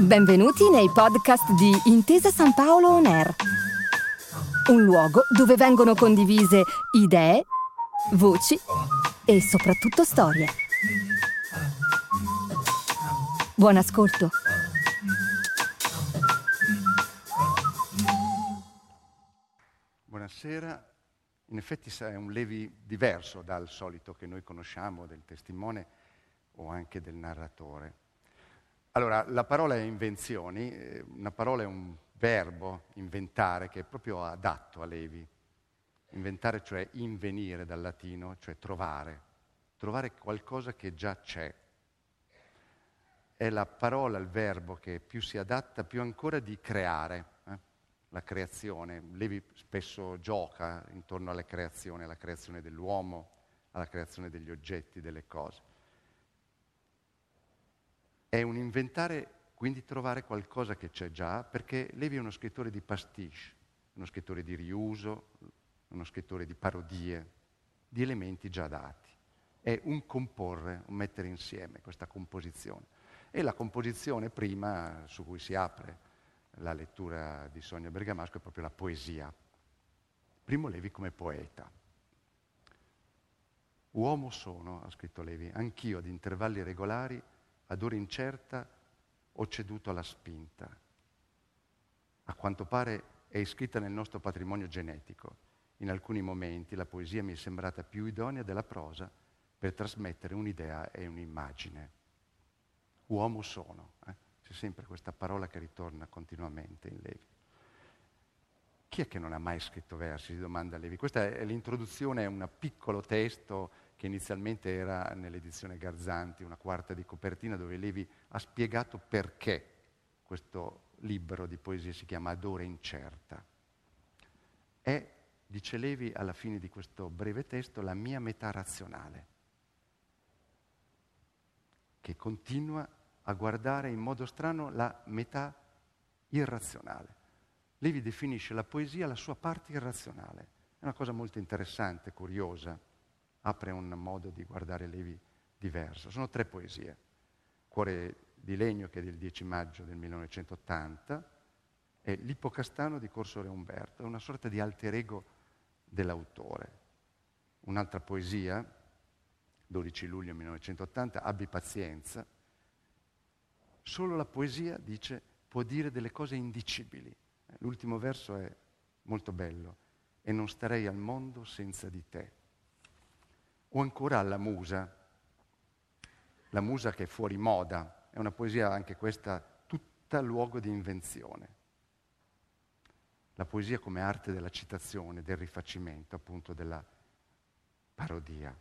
Benvenuti nei podcast di Intesa San Paolo On Air, un luogo dove vengono condivise idee, voci e soprattutto storie. Buon ascolto. Buonasera. In effetti è un Levi diverso dal solito che noi conosciamo, del testimone o anche del narratore. Allora, la parola è invenzioni, una parola è un verbo, inventare, che è proprio adatto a Levi. Inventare, cioè invenire dal latino, cioè trovare qualcosa che già c'è. È la parola, il verbo che più si adatta, più ancora di creare, la creazione. Levi spesso gioca intorno alla creazione dell'uomo, alla creazione degli oggetti, delle cose. È un inventare, quindi trovare qualcosa che c'è già, perché Levi è uno scrittore di pastiche, uno scrittore di riuso, uno scrittore di parodie, di elementi già dati. È un comporre, un mettere insieme questa composizione. E la composizione prima, su cui si apre la lettura di Sonia Bergamasco, è proprio la poesia. Primo Levi come poeta. Uomo sono, ha scritto Levi, anch'io ad intervalli regolari, ad ora incerta, ho ceduto alla spinta. A quanto pare è iscritta nel nostro patrimonio genetico. In alcuni momenti la poesia mi è sembrata più idonea della prosa per trasmettere un'idea e un'immagine. Uomo sono. C'è sempre questa parola che ritorna continuamente in Levi. Chi è che non ha mai scritto versi? Si domanda Levi. Questa è l'introduzione, è un piccolo testo che inizialmente era nell'edizione Garzanti, una quarta di copertina, dove Levi ha spiegato perché questo libro di poesie si chiama Ad ora incerta. È, dice Levi alla fine di questo breve testo, la mia metà razionale, che continua a guardare in modo strano la metà irrazionale. Levi definisce la poesia la sua parte irrazionale. È una cosa molto interessante, curiosa. Apre un modo di guardare Levi diverso. Sono 3 poesie. Cuore di legno, che è del 10 maggio del 1980, e L'Ippocastano di Corso Re Umberto. È una sorta di alter ego dell'autore. Un'altra poesia, 12 luglio 1980, Abbi pazienza. Solo la poesia, dice, può dire delle cose indicibili. L'ultimo verso è molto bello. E non starei al mondo senza di te. O ancora alla musa. La musa che è fuori moda. È una poesia anche questa, tutta luogo di invenzione. La poesia come arte della citazione, del rifacimento, appunto della parodia.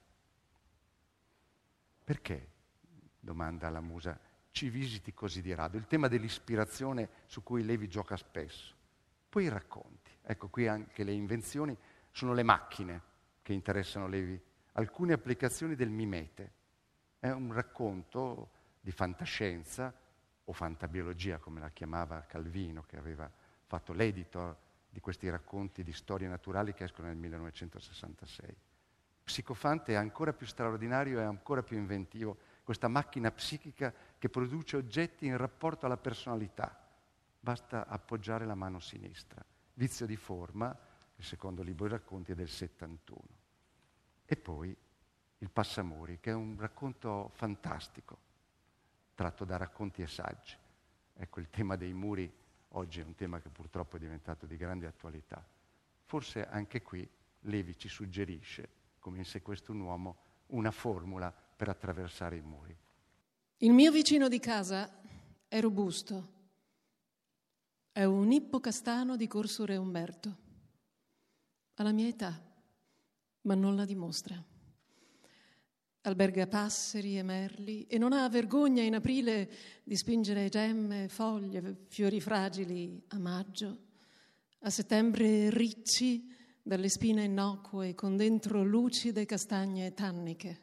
Perché, domanda la musa, ci visiti così di rado? Il tema dell'ispirazione su cui Levi gioca spesso. Poi i racconti. Ecco, qui anche le invenzioni sono le macchine che interessano Levi. Alcune applicazioni del mimete. È un racconto di fantascienza o fantabiologia, come la chiamava Calvino, che aveva fatto l'editor di questi racconti di storie naturali che escono nel 1966. Psicofante è ancora più straordinario e ancora più inventivo, questa macchina psichica che produce oggetti in rapporto alla personalità. Basta appoggiare la mano sinistra. Vizio di forma, il secondo libro di racconti, è del 71. E poi Il Passamuri, che è un racconto fantastico, tratto da racconti e saggi. Ecco, il tema dei muri oggi è un tema che purtroppo è diventato di grande attualità. Forse anche qui Levi ci suggerisce, come in Se questo un uomo, una formula per attraversare i muri. Il mio vicino di casa è robusto. È un ippocastano di Corso Re Umberto. Ha la mia età, ma non la dimostra. Alberga passeri e merli e non ha vergogna in aprile di spingere gemme, foglie, fiori fragili a maggio, a settembre ricci dalle spine innocue con dentro lucide castagne tanniche.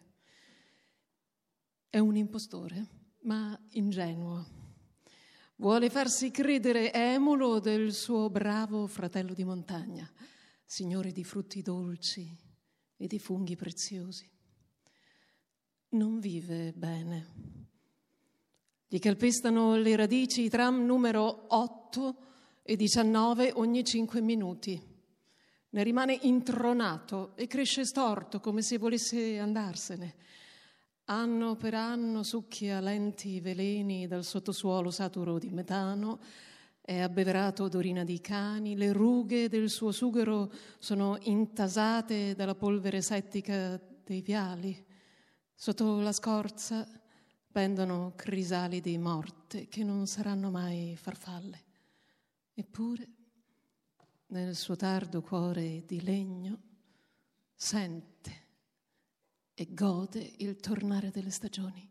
È un impostore, ma ingenuo. Vuole farsi credere emulo del suo bravo fratello di montagna, signore di frutti dolci e di funghi preziosi. Non vive bene. Gli calpestano le radici i tram numero 8 e 19 ogni 5 minuti. Ne rimane intronato e cresce storto come se volesse andarsene. Anno per anno succhia lenti veleni dal sottosuolo saturo di metano, è abbeverato d'orina di cani, le rughe del suo sughero sono intasate dalla polvere settica dei viali. Sotto la scorza pendono crisalidi morte che non saranno mai farfalle. Eppure, nel suo tardo cuore di legno, sente e gode il tornare delle stagioni.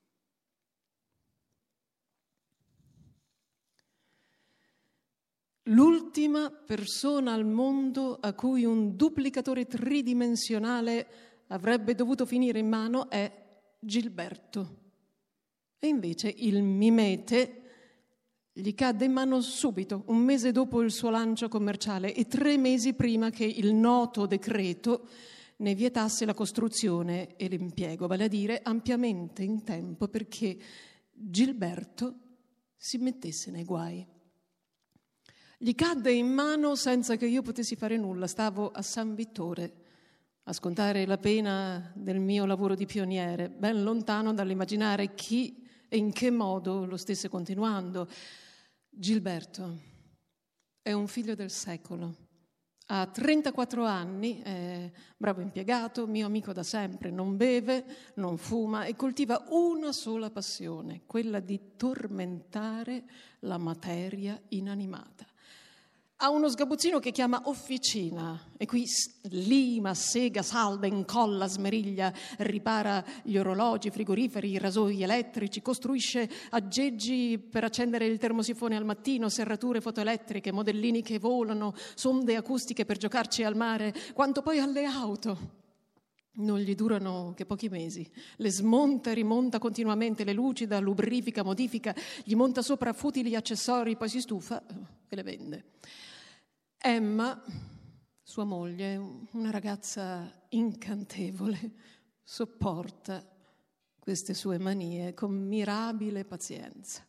L'ultima persona al mondo a cui un duplicatore tridimensionale avrebbe dovuto finire in mano è Gilberto. E invece il mimete gli cadde in mano subito, un mese dopo il suo lancio commerciale e 3 mesi prima che il noto decreto ne vietasse la costruzione e l'impiego, vale a dire ampiamente in tempo perché Gilberto si mettesse nei guai. Gli cadde in mano senza che io potessi fare nulla. Stavo a San Vittore a scontare la pena del mio lavoro di pioniere, ben lontano dall'immaginare chi e in che modo lo stesse continuando. Gilberto è un figlio del secolo. Ha 34 anni, è bravo impiegato, mio amico da sempre, non beve, non fuma e coltiva una sola passione, quella di tormentare la materia inanimata. Ha uno sgabuzzino che chiama officina e qui lima, sega, salda, incolla, smeriglia, ripara gli orologi, frigoriferi, i rasoi elettrici, costruisce aggeggi per accendere il termosifone al mattino, serrature fotoelettriche, modellini che volano, sonde acustiche per giocarci al mare, quanto poi alle auto. Non gli durano che pochi mesi. Le smonta e rimonta continuamente, le lucida, lubrifica, modifica, gli monta sopra futili accessori, poi si stufa e le vende. Emma, sua moglie, una ragazza incantevole, sopporta queste sue manie con mirabile pazienza.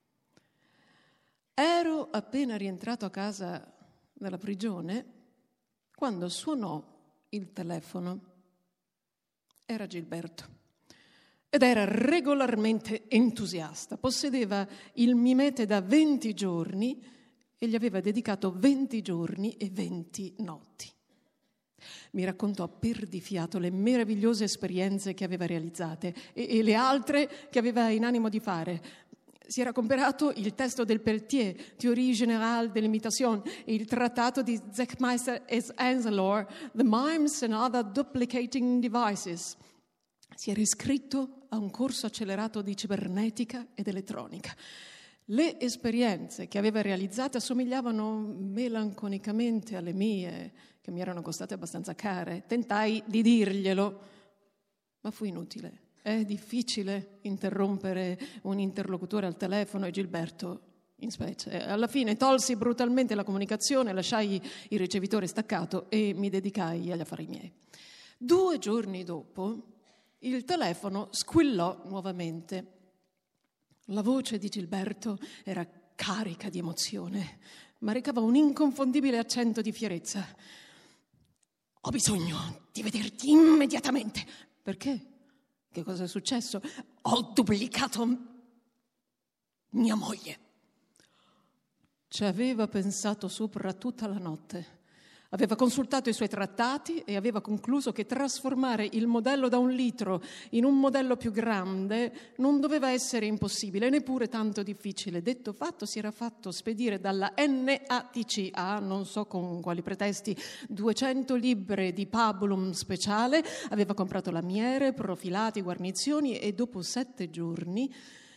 Ero appena rientrato a casa dalla prigione quando suonò il telefono. Era Gilberto ed era regolarmente entusiasta. Possedeva il mimete da 20 giorni e gli aveva dedicato 20 giorni e 20 notti. Mi raccontò per di fiato le meravigliose esperienze che aveva realizzate e le altre che aveva in animo di fare. Si era comperato il testo del Pelletier, Théorie générale de l'imitation, e il trattato di Zechmeister et Enslohr, The Mimes and Other Duplicating Devices. Si era iscritto a un corso accelerato di cibernetica ed elettronica. Le esperienze che aveva realizzate assomigliavano melanconicamente alle mie, che mi erano costate abbastanza care. Tentai di dirglielo, ma fu inutile. È difficile interrompere un interlocutore al telefono e Gilberto in specie. Alla fine tolsi brutalmente la comunicazione, lasciai il ricevitore staccato e mi dedicai agli affari miei. 2 giorni dopo il telefono squillò nuovamente. La voce di Gilberto era carica di emozione, ma recava un inconfondibile accento di fierezza. Ho bisogno di vederti immediatamente. Perché? Che cosa è successo? Ho duplicato mia moglie. Ci aveva pensato sopra tutta la notte. Aveva consultato i suoi trattati e aveva concluso che trasformare il modello da 1 litro in un modello più grande non doveva essere impossibile, neppure tanto difficile. Detto fatto, si era fatto spedire dalla NATC a, non so con quali pretesti, 200 libbre di pabulum speciale, aveva comprato lamiere, profilati, guarnizioni e dopo 7 giorni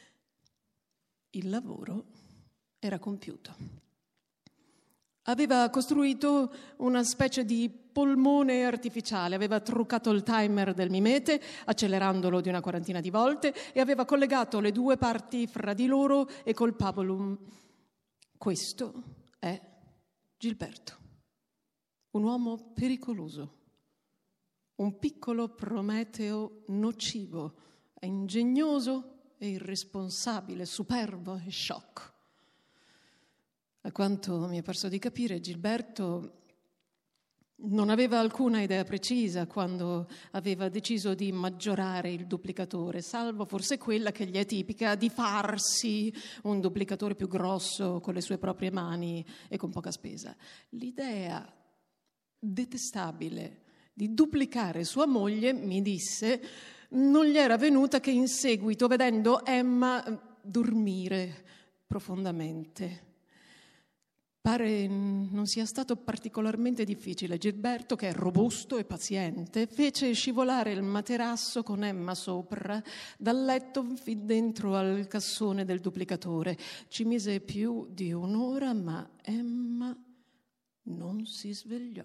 il lavoro era compiuto. Aveva costruito una specie di polmone artificiale, aveva truccato il timer del mimete, accelerandolo di una 40 di volte, e aveva collegato le 2 parti fra di loro e col pabulum. Questo è Gilberto, un uomo pericoloso, un piccolo Prometeo nocivo, è ingegnoso e irresponsabile, superbo e sciocco. A quanto mi è parso di capire, Gilberto non aveva alcuna idea precisa quando aveva deciso di maggiorare il duplicatore, salvo forse quella che gli è tipica di farsi un duplicatore più grosso con le sue proprie mani e con poca spesa. L'idea detestabile di duplicare sua moglie, mi disse, non gli era venuta che in seguito, vedendo Emma dormire profondamente. Pare non sia stato particolarmente difficile. Gilberto, che è robusto e paziente, fece scivolare il materasso con Emma sopra dal letto fin dentro al cassone del duplicatore. Ci mise più di un'ora, ma Emma non si svegliò.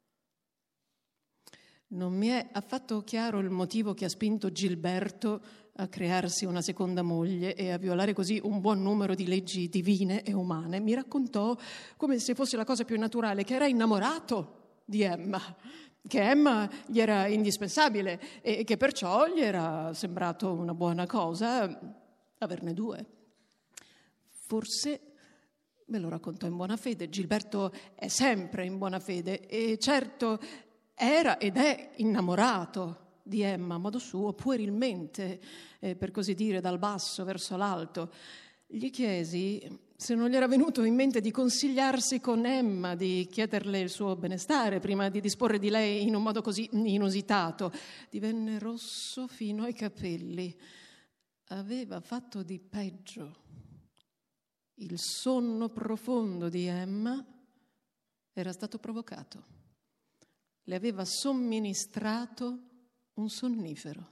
Non mi è affatto chiaro il motivo che ha spinto Gilberto a crearsi una seconda moglie e a violare così un buon numero di leggi divine e umane. Mi raccontò, come se fosse la cosa più naturale, che era innamorato di Emma, che Emma gli era indispensabile e che perciò gli era sembrato una buona cosa averne due. Forse me lo raccontò in buona fede. Gilberto è sempre in buona fede e certo era ed è innamorato di Emma a modo suo, puerilmente, per così dire, dal basso verso l'alto. Gli chiesi se non gli era venuto in mente di consigliarsi con Emma, di chiederle il suo benestare prima di disporre di lei in un modo così inusitato. Divenne rosso fino ai capelli. Aveva fatto di peggio. Il sonno profondo di Emma era stato provocato. Le aveva somministrato un sonnifero.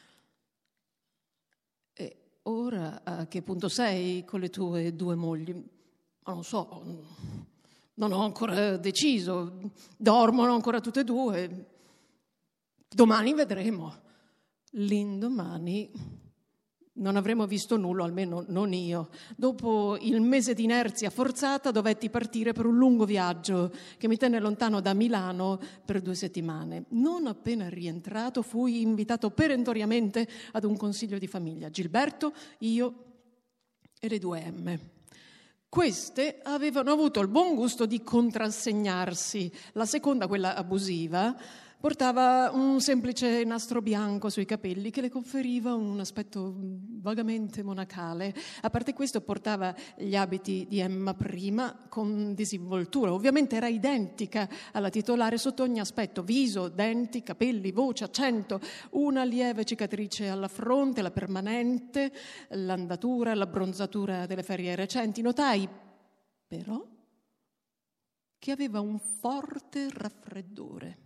E ora a che punto sei con le tue due mogli? Non so, non ho ancora deciso. Dormono ancora tutte e due. Domani vedremo. L'indomani non avremo visto nulla, almeno non io. Dopo il mese di inerzia forzata dovetti partire per un lungo viaggio che mi tenne lontano da Milano per 2 settimane. Non appena rientrato fui invitato perentoriamente ad un consiglio di famiglia. Gilberto, io e le 2 Emme. Queste avevano avuto il buon gusto di contrassegnarsi. La seconda, quella abusiva, portava un semplice nastro bianco sui capelli che le conferiva un aspetto vagamente monacale. A parte questo portava gli abiti di Emma prima con disinvoltura. Ovviamente era identica alla titolare sotto ogni aspetto: viso, denti, capelli, voce, accento, una lieve cicatrice alla fronte, la permanente, l'andatura, l'abbronzatura delle ferie recenti. Notai però che aveva un forte raffreddore.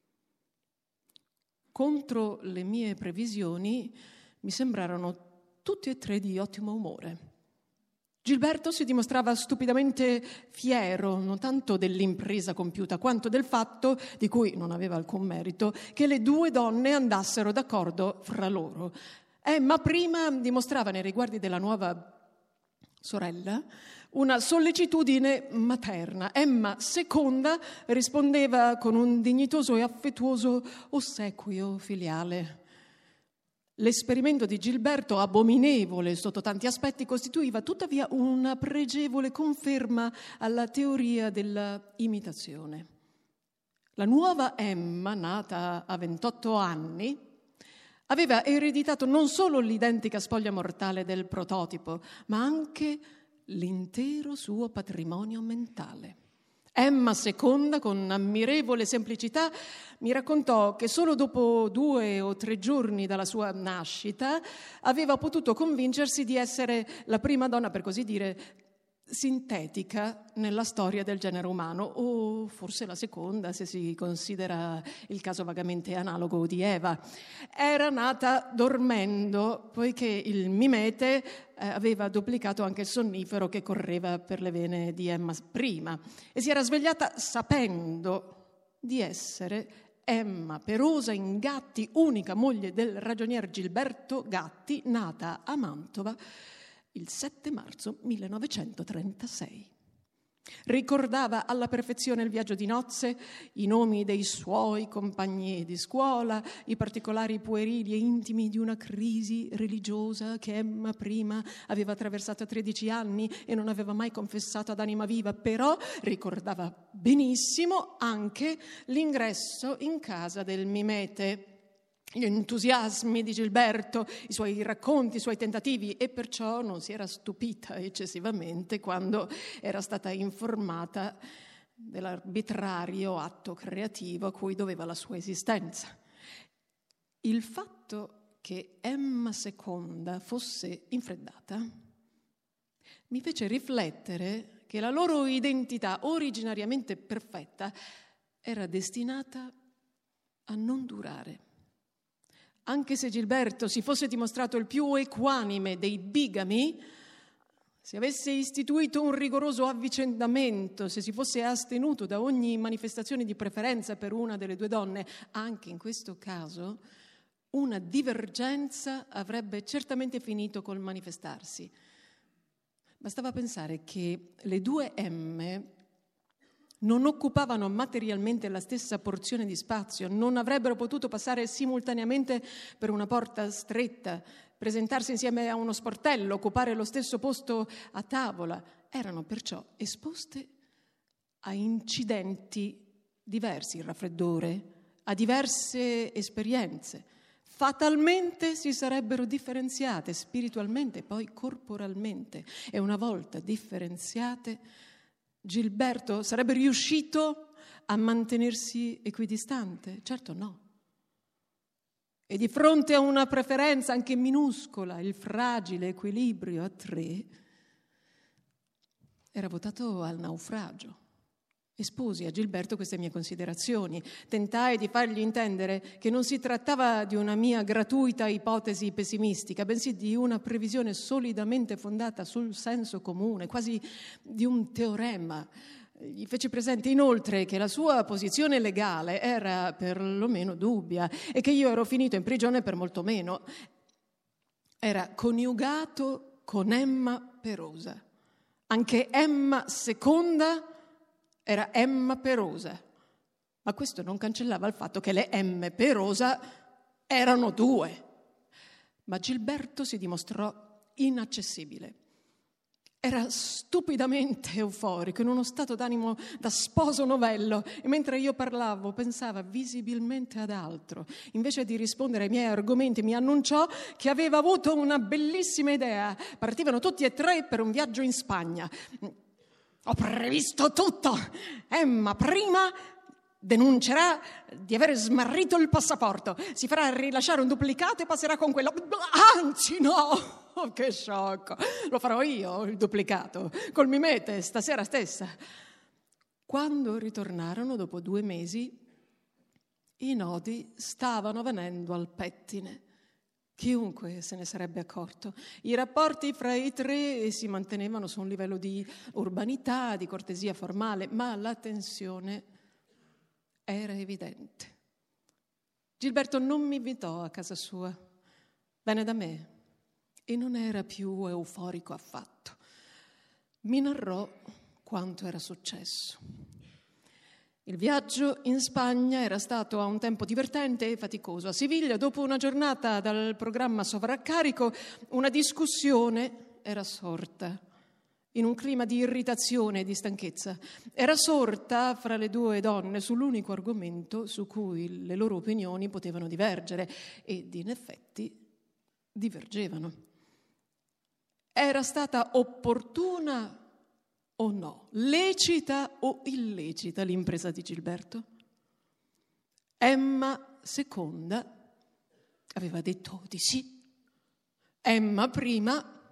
Contro le mie previsioni mi sembrarono tutti e 3 di ottimo umore. Gilberto si dimostrava stupidamente fiero, non tanto dell'impresa compiuta, quanto del fatto, di cui non aveva alcun merito, che le 2 donne andassero d'accordo fra loro. Emma prima dimostrava nei riguardi della nuova sorella una sollecitudine materna. Emma seconda rispondeva con un dignitoso e affettuoso ossequio filiale. L'esperimento di Gilberto, abominevole sotto tanti aspetti, costituiva tuttavia una pregevole conferma alla teoria della imitazione. La nuova Emma, nata a 28 anni, aveva ereditato non solo l'identica spoglia mortale del prototipo, ma anche l'intero suo patrimonio mentale. Emma II, con ammirevole semplicità, mi raccontò che solo dopo 2 o 3 giorni dalla sua nascita aveva potuto convincersi di essere la prima donna, per così dire, sintetica nella storia del genere umano, o forse la seconda, se si considera il caso vagamente analogo di Eva. Era nata dormendo, poiché il mimete aveva duplicato anche il sonnifero che correva per le vene di Emma prima, e si era svegliata sapendo di essere Emma Perosa in Gatti, unica moglie del ragionier Gilberto Gatti, nata a Mantova il 7 marzo 1936. Ricordava alla perfezione il viaggio di nozze, i nomi dei suoi compagni di scuola, i particolari puerili e intimi di una crisi religiosa che Emma prima aveva attraversato a 13 anni e non aveva mai confessato ad anima viva, però ricordava benissimo anche l'ingresso in casa del mimete, gli entusiasmi di Gilberto, i suoi racconti, i suoi tentativi, e perciò non si era stupita eccessivamente quando era stata informata dell'arbitrario atto creativo a cui doveva la sua esistenza. Il fatto che Emma II fosse infreddata mi fece riflettere che la loro identità originariamente perfetta era destinata a non durare. Anche se Gilberto si fosse dimostrato il più equanime dei bigami, se avesse istituito un rigoroso avvicendamento, se si fosse astenuto da ogni manifestazione di preferenza per una delle due donne, anche in questo caso una divergenza avrebbe certamente finito col manifestarsi. Bastava pensare che le due M non occupavano materialmente la stessa porzione di spazio, non avrebbero potuto passare simultaneamente per una porta stretta, presentarsi insieme a uno sportello, occupare lo stesso posto a tavola. Erano perciò esposte a incidenti diversi, il raffreddore, a diverse esperienze. Fatalmente si sarebbero differenziate spiritualmente e poi corporalmente, e una volta differenziate Gilberto sarebbe riuscito a mantenersi equidistante? Certo no. E di fronte a una preferenza anche minuscola, il fragile equilibrio a 3 era votato al naufragio. Esposi a Gilberto queste mie considerazioni, tentai di fargli intendere che non si trattava di una mia gratuita ipotesi pessimistica, bensì di una previsione solidamente fondata sul senso comune, quasi di un teorema. Gli feci presente inoltre che la sua posizione legale era perlomeno dubbia e che io ero finito in prigione per molto meno. Era coniugato con Emma Perosa. Anche Emma II era Emma Perosa, ma questo non cancellava il fatto che le M Perosa erano 2. Ma Gilberto si dimostrò inaccessibile. Era stupidamente euforico, in uno stato d'animo da sposo novello, e mentre io parlavo pensava visibilmente ad altro. Invece di rispondere ai miei argomenti mi annunciò che aveva avuto una bellissima idea. Partivano tutti e 3 per un viaggio in Spagna. Ho previsto tutto. Emma prima denuncerà di aver smarrito il passaporto, si farà rilasciare un duplicato e passerà con quello. Anzi no, che sciocco, lo farò io il duplicato col mimete stasera stessa. Quando ritornarono dopo 2 mesi, i nodi stavano venendo al pettine. Chiunque se ne sarebbe accorto. I rapporti fra i 3 si mantenevano su un livello di urbanità, di cortesia formale, ma la tensione era evidente. Gilberto non mi invitò a casa sua, venne da me e non era più euforico affatto. Mi narrò quanto era successo. Il viaggio in Spagna era stato a un tempo divertente e faticoso. A Siviglia, dopo una giornata dal programma sovraccarico, una discussione era sorta in un clima di irritazione e di stanchezza. Era sorta fra le 2 donne sull'unico argomento su cui le loro opinioni potevano divergere, ed in effetti divergevano. Era stata opportuna o no, lecita o illecita l'impresa di Gilberto? Emma II aveva detto di sì. Emma I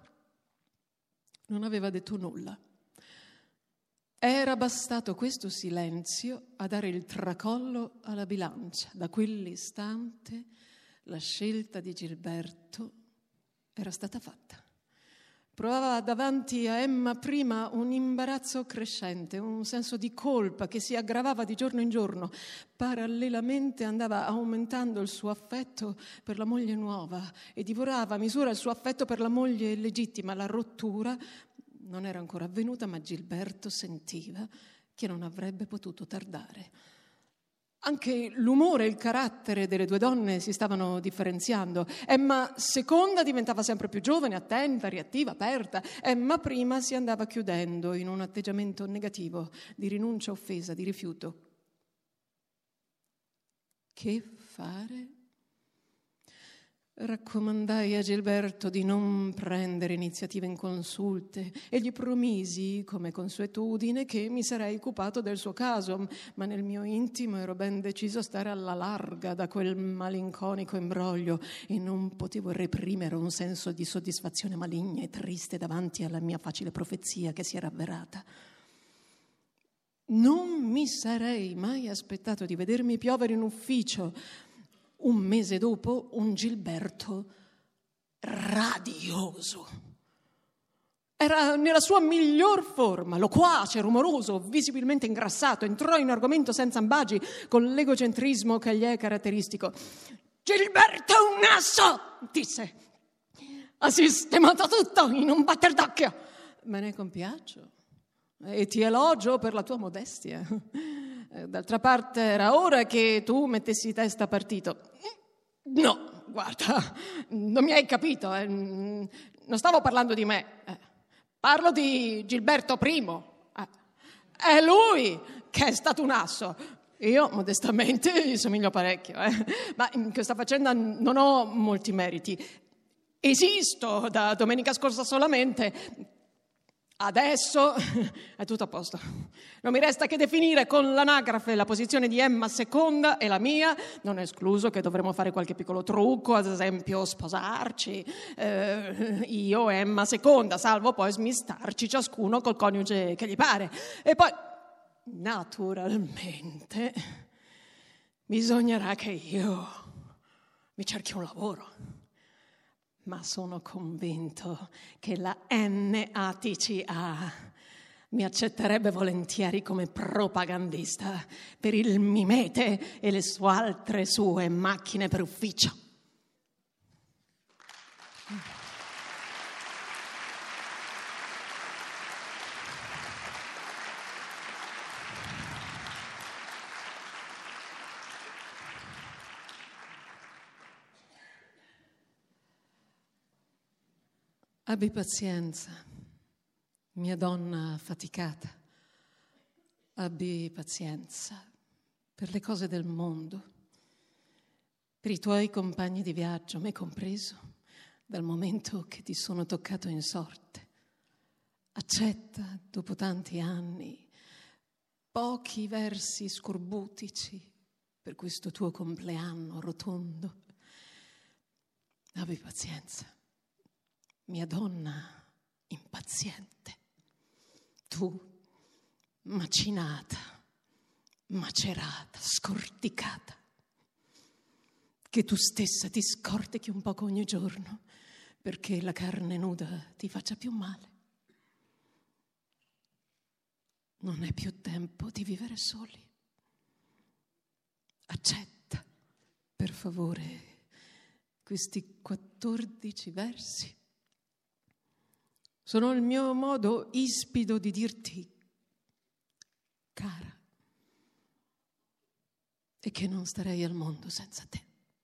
non aveva detto nulla. Era bastato questo silenzio a dare il tracollo alla bilancia. Da quell'istante la scelta di Gilberto era stata fatta. Provava davanti a Emma I un imbarazzo crescente, un senso di colpa che si aggravava di giorno in giorno. Parallelamente andava aumentando il suo affetto per la moglie nuova e divorava a misura il suo affetto per la moglie legittima. La rottura non era ancora avvenuta, ma Gilberto sentiva che non avrebbe potuto tardare. Anche l'umore e il carattere delle due donne si stavano differenziando. Emma seconda diventava sempre più giovane, attenta, reattiva, aperta. Emma prima si andava chiudendo in un atteggiamento negativo, di rinuncia, offesa, di rifiuto. Che fare? Raccomandai a Gilberto di non prendere iniziative inconsulte e gli promisi, come consuetudine, che mi sarei occupato del suo caso, ma nel mio intimo ero ben deciso a stare alla larga da quel malinconico imbroglio e non potevo reprimere un senso di soddisfazione maligna e triste davanti alla mia facile profezia che si era avverata. Non mi sarei mai aspettato di vedermi piovere in ufficio un mese dopo un Gilberto radioso. Era nella sua miglior forma, loquace, rumoroso, visibilmente ingrassato. Entrò in argomento senza ambagi, con l'egocentrismo che gli è caratteristico. «Gilberto è un asso!» disse. «Ha sistemato tutto in un batter d'occhio!» «Me ne compiaccio e ti elogio per la tua modestia. D'altra parte era ora che tu mettessi testa a partito.» «No, guarda, non mi hai capito. Non stavo parlando di me. Parlo di Gilberto I. È lui che è stato un asso. Io, modestamente, gli somiglio parecchio. Ma in questa faccenda non ho molti meriti. Esisto da domenica scorsa solamente. Adesso è tutto a posto. Non mi resta che definire con l'anagrafe la posizione di Emma seconda e la mia. Non è escluso che dovremo fare qualche piccolo trucco, ad esempio sposarci, io e Emma seconda, salvo poi smistarci ciascuno col coniuge che gli pare. E poi, naturalmente, bisognerà che io mi cerchi un lavoro. Ma sono convinto che la NATCA mi accetterebbe volentieri come propagandista per il Mimete e le altre sue macchine per ufficio. Abbi pazienza, mia donna affaticata. Abbi pazienza per le cose del mondo, per i tuoi compagni di viaggio, me compreso, dal momento che ti sono toccato in sorte. Accetta, dopo tanti anni, pochi versi scorbutici per questo tuo compleanno rotondo. Abbi pazienza. Mia donna impaziente, tu macinata, macerata, scorticata, che tu stessa ti scortichi un poco ogni giorno perché la carne nuda ti faccia più male. Non è più tempo di vivere soli. Accetta, per favore, questi 14 versi. Sono il mio modo ispido di dirti, cara, e che non starei al mondo senza te.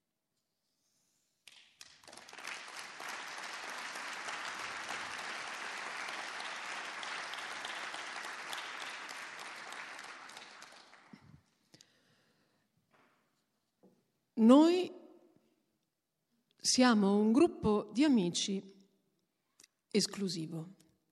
Noi siamo un gruppo di amici esclusivo.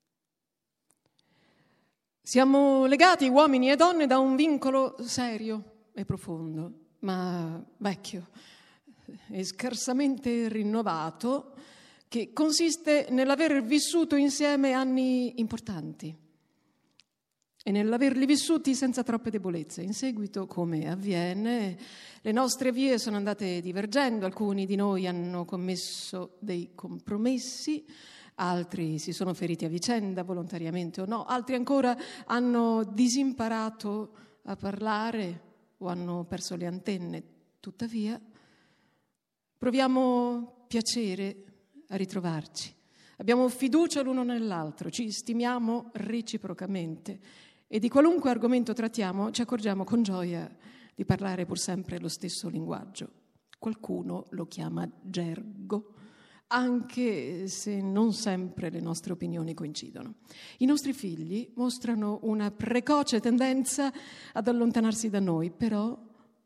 Siamo legati, uomini e donne, da un vincolo serio e profondo, ma vecchio e scarsamente rinnovato, che consiste nell'aver vissuto insieme anni importanti e nell'averli vissuti senza troppe debolezze. In seguito, come avviene, le nostre vie sono andate divergendo, alcuni di noi hanno commesso dei compromessi, altri si sono feriti a vicenda, volontariamente o no, altri ancora hanno disimparato a parlare o hanno perso le antenne. Tuttavia, proviamo piacere a ritrovarci, Abbiamo fiducia l'uno nell'altro, ci stimiamo reciprocamente e di qualunque argomento trattiamo ci accorgiamo con gioia di parlare pur sempre lo stesso linguaggio. Qualcuno lo chiama gergo, anche se non sempre le nostre opinioni coincidono. I nostri figli mostrano una precoce tendenza ad allontanarsi da noi, però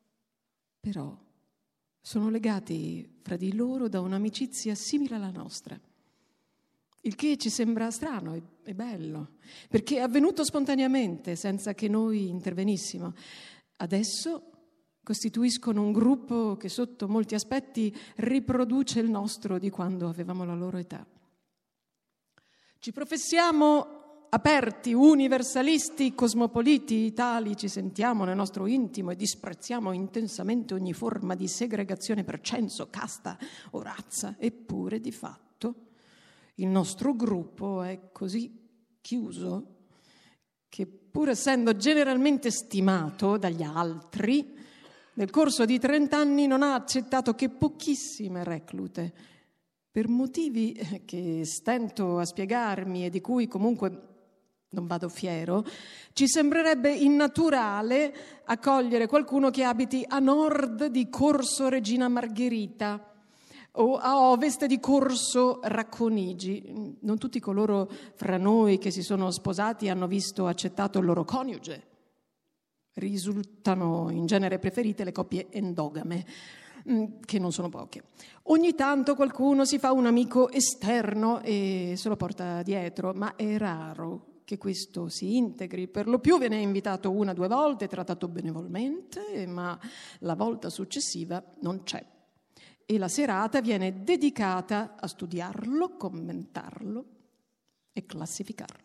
sono legati fra di loro da un'amicizia simile alla nostra. Il che ci sembra strano e bello, perché è avvenuto spontaneamente, senza che noi intervenissimo. Adesso costituiscono un gruppo che sotto molti aspetti riproduce il nostro di quando avevamo la loro età. Ci professiamo aperti, universalisti, cosmopoliti, tali ci sentiamo nel nostro intimo e disprezziamo intensamente ogni forma di segregazione per censo, casta o razza. Eppure, di fatto, il nostro gruppo è così chiuso che, pur essendo generalmente stimato dagli altri, nel corso di 30 anni non ha accettato che pochissime reclute, per motivi che stento a spiegarmi e di cui comunque non vado fiero. Ci sembrerebbe innaturale accogliere qualcuno che abiti a nord di Corso Regina Margherita o a ovest di Corso Racconigi. Non tutti coloro fra noi che si sono sposati hanno visto accettato il loro coniuge. Risultano in genere preferite le coppie endogame, che non sono poche. Ogni tanto qualcuno si fa un amico esterno e se lo porta dietro, ma è raro che questo si integri. Per lo più viene invitato 1 o 2 volte, trattato benevolmente, ma la volta successiva non c'è. E la serata viene dedicata a studiarlo, commentarlo e classificarlo.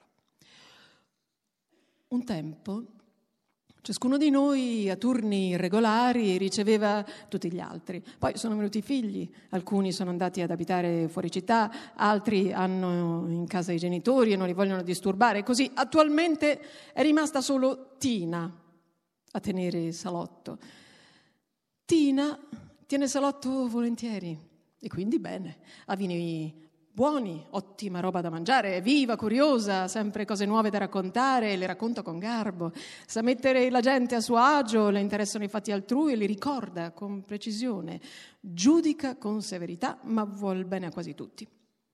Un tempo ciascuno di noi a turni regolari riceveva tutti gli altri. Poi sono venuti i figli, alcuni sono andati ad abitare fuori città, altri hanno in casa i genitori e non li vogliono disturbare. Così attualmente è rimasta solo Tina a tenere salotto. Tina tiene salotto volentieri e quindi bene, ha vini buoni, ottima roba da mangiare, è viva, curiosa, sempre cose nuove da raccontare, le racconta con garbo, sa mettere la gente a suo agio, le interessano i fatti altrui e li ricorda con precisione, giudica con severità, ma vuol bene a quasi tutti.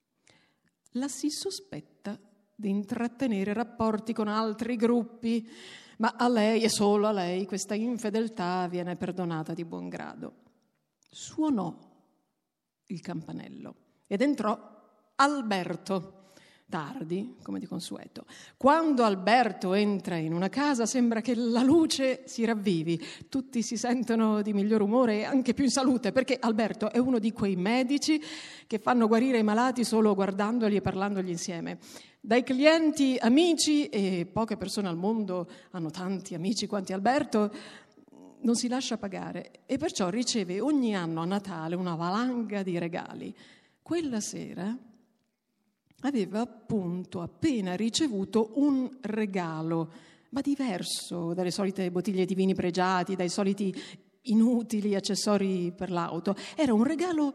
La si sospetta di intrattenere rapporti con altri gruppi, ma a lei e solo a lei questa infedeltà viene perdonata di buon grado. Suonò il campanello ed entrò Alberto, tardi, come di consueto. Quando Alberto entra in una casa sembra che la luce si ravvivi, tutti si sentono di miglior umore e anche più in salute, perché Alberto è uno di quei medici che fanno guarire i malati solo guardandoli e parlandogli insieme. Dai clienti amici, e poche persone al mondo hanno tanti amici quanti Alberto, non si lascia pagare e perciò riceve ogni anno a Natale una valanga di regali. Quella sera aveva appunto appena ricevuto un regalo, ma diverso dalle solite bottiglie di vini pregiati, dai soliti inutili accessori per l'auto. Era un regalo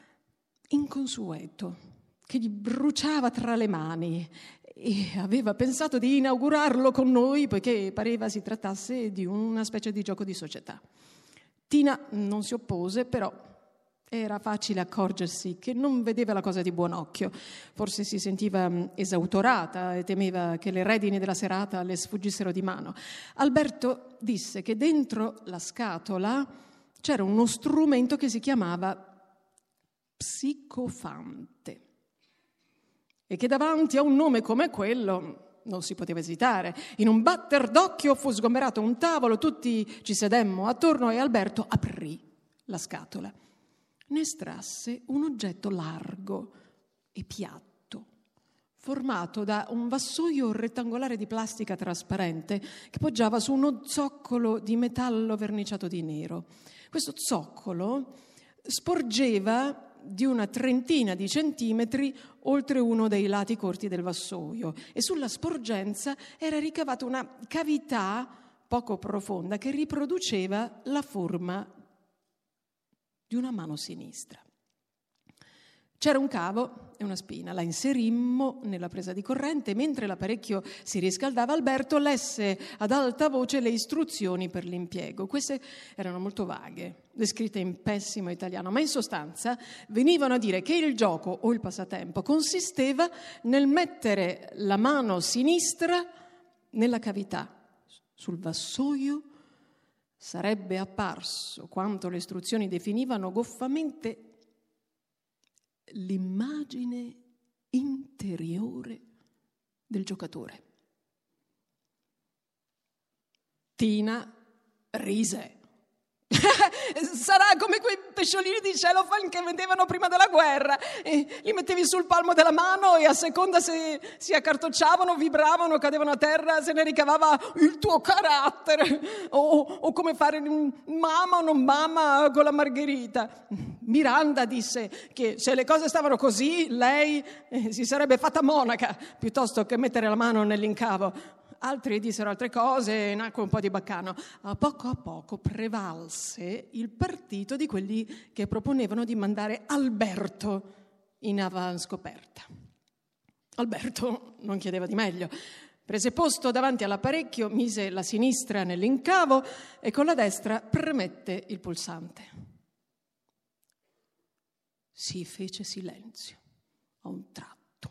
inconsueto, che gli bruciava tra le mani e aveva pensato di inaugurarlo con noi, poiché pareva si trattasse di una specie di gioco di società. Tina non si oppose, però era facile accorgersi che non vedeva la cosa di buon occhio. Forse si sentiva esautorata e temeva che le redini della serata le sfuggissero di mano. Alberto disse che dentro la scatola c'era uno strumento che si chiamava psicofante e che davanti a un nome come quello non si poteva esitare. In un batter d'occhio fu sgomberato un tavolo, tutti ci sedemmo attorno e Alberto aprì la scatola. Ne estrasse un oggetto largo e piatto, formato da un vassoio rettangolare di plastica trasparente che poggiava su uno zoccolo di metallo verniciato di nero. Questo zoccolo sporgeva di una trentina di centimetri oltre uno dei lati corti del vassoio e sulla sporgenza era ricavata una cavità poco profonda che riproduceva la forma di una mano sinistra. C'era un cavo e una spina, la inserimmo nella presa di corrente e mentre l'apparecchio si riscaldava Alberto lesse ad alta voce le istruzioni per l'impiego. Queste erano molto vaghe, descritte in pessimo italiano, ma in sostanza venivano a dire che il gioco o il passatempo consisteva nel mettere la mano sinistra nella cavità. Sul vassoio sarebbe apparso, quanto le istruzioni definivano goffamente, l'immagine interiore del giocatore. Tina rise. Sarà come quei pesciolini di cellophane che vendevano prima della guerra. Li mettevi sul palmo della mano e a seconda se si accartocciavano, vibravano, cadevano a terra, se ne ricavava il tuo carattere. O come fare mamma o non mamma con la margherita. Miranda disse che se le cose stavano così, lei si sarebbe fatta monaca piuttosto che mettere la mano nell'incavo. Altri dissero altre cose e nacque un po' di baccano. A poco prevalse il partito di quelli che proponevano di mandare Alberto in avanscoperta. Alberto non chiedeva di meglio. Prese posto davanti all'apparecchio, mise la sinistra nell'incavo e con la destra premette il pulsante. Si fece silenzio a un tratto.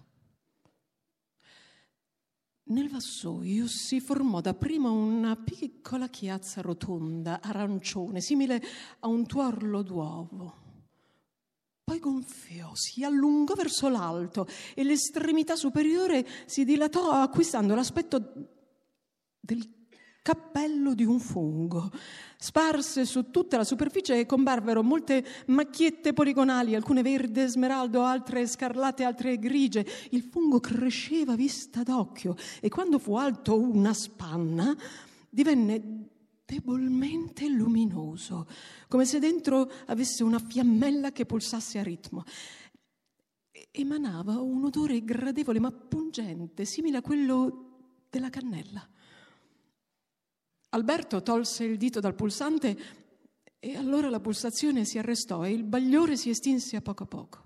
Nel vassoio si formò dapprima una piccola chiazza rotonda, arancione, simile a un tuorlo d'uovo. Poi gonfiò, si allungò verso l'alto e l'estremità superiore si dilatò acquistando l'aspetto del cappello di un fungo. Sparse su tutta la superficie comparvero molte macchiette poligonali, alcune verde smeraldo, altre scarlatte, altre grigie. Il fungo cresceva a vista d'occhio e quando fu alto una spanna divenne debolmente luminoso, come se dentro avesse una fiammella che pulsasse a ritmo. Emanava un odore gradevole ma pungente, simile a quello della cannella. Alberto tolse il dito dal pulsante e allora la pulsazione si arrestò e il bagliore si estinse a poco.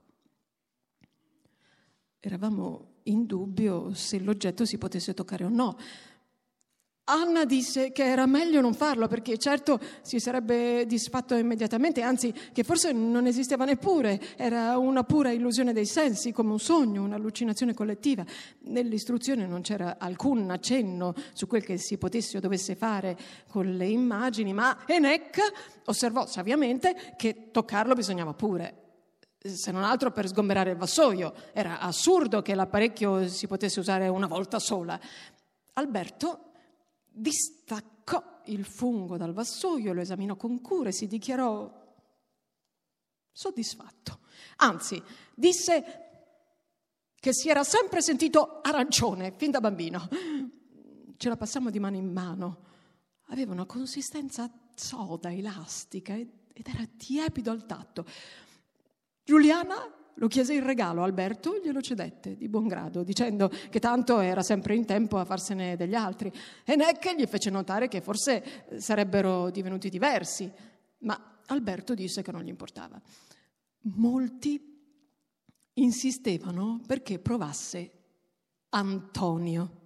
Eravamo in dubbio se l'oggetto si potesse toccare o no. Anna disse che era meglio non farlo perché certo si sarebbe disfatto immediatamente, anzi che forse non esisteva neppure, era una pura illusione dei sensi, come un sogno, un'allucinazione collettiva. Nell'istruzione non c'era alcun accenno su quel che si potesse o dovesse fare con le immagini, ma Henneck osservò saviamente che toccarlo bisognava pure, se non altro per sgomberare il vassoio. Era assurdo che l'apparecchio si potesse usare una volta sola. Alberto distaccò il fungo dal vassoio, lo esaminò con cura e si dichiarò soddisfatto. Anzi, disse che si era sempre sentito arancione fin da bambino. Ce la passammo di mano in mano. Aveva una consistenza soda, elastica ed era tiepido al tatto. Giuliana lo chiese in regalo, Alberto glielo cedette di buon grado, dicendo che tanto era sempre in tempo a farsene degli altri. Henneck gli fece notare che forse sarebbero divenuti diversi, ma Alberto disse che non gli importava. Molti insistevano perché provasse Antonio.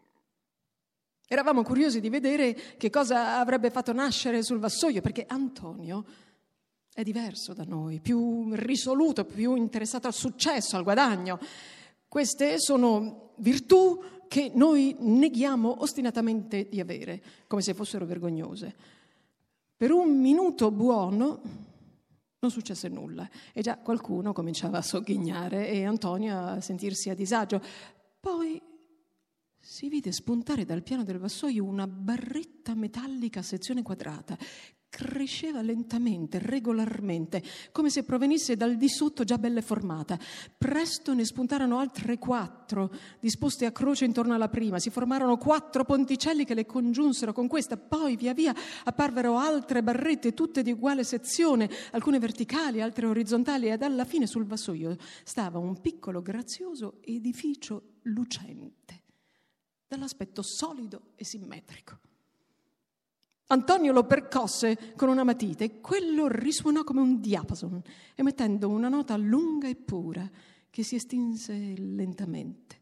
Eravamo curiosi di vedere che cosa avrebbe fatto nascere sul vassoio, perché Antonio è diverso da noi, più risoluto, più interessato al successo, al guadagno. Queste sono virtù che noi neghiamo ostinatamente di avere, come se fossero vergognose. Per un minuto buono non successe nulla e già qualcuno cominciava a sogghignare e Antonio a sentirsi a disagio. Poi si vide spuntare dal piano del vassoio una barretta metallica a sezione quadrata. Cresceva lentamente, regolarmente, come se provenisse dal di sotto già belle formata. Presto ne spuntarono altre 4, disposte a croce intorno alla prima. Si formarono 4 ponticelli che le congiunsero con questa. Poi via via apparvero altre barrette, tutte di uguale sezione, alcune verticali, altre orizzontali, ed alla fine sul vassoio stava un piccolo grazioso edificio lucente, dall'aspetto solido e simmetrico. Antonio lo percosse con una matita e quello risuonò come un diapason, emettendo una nota lunga e pura che si estinse lentamente.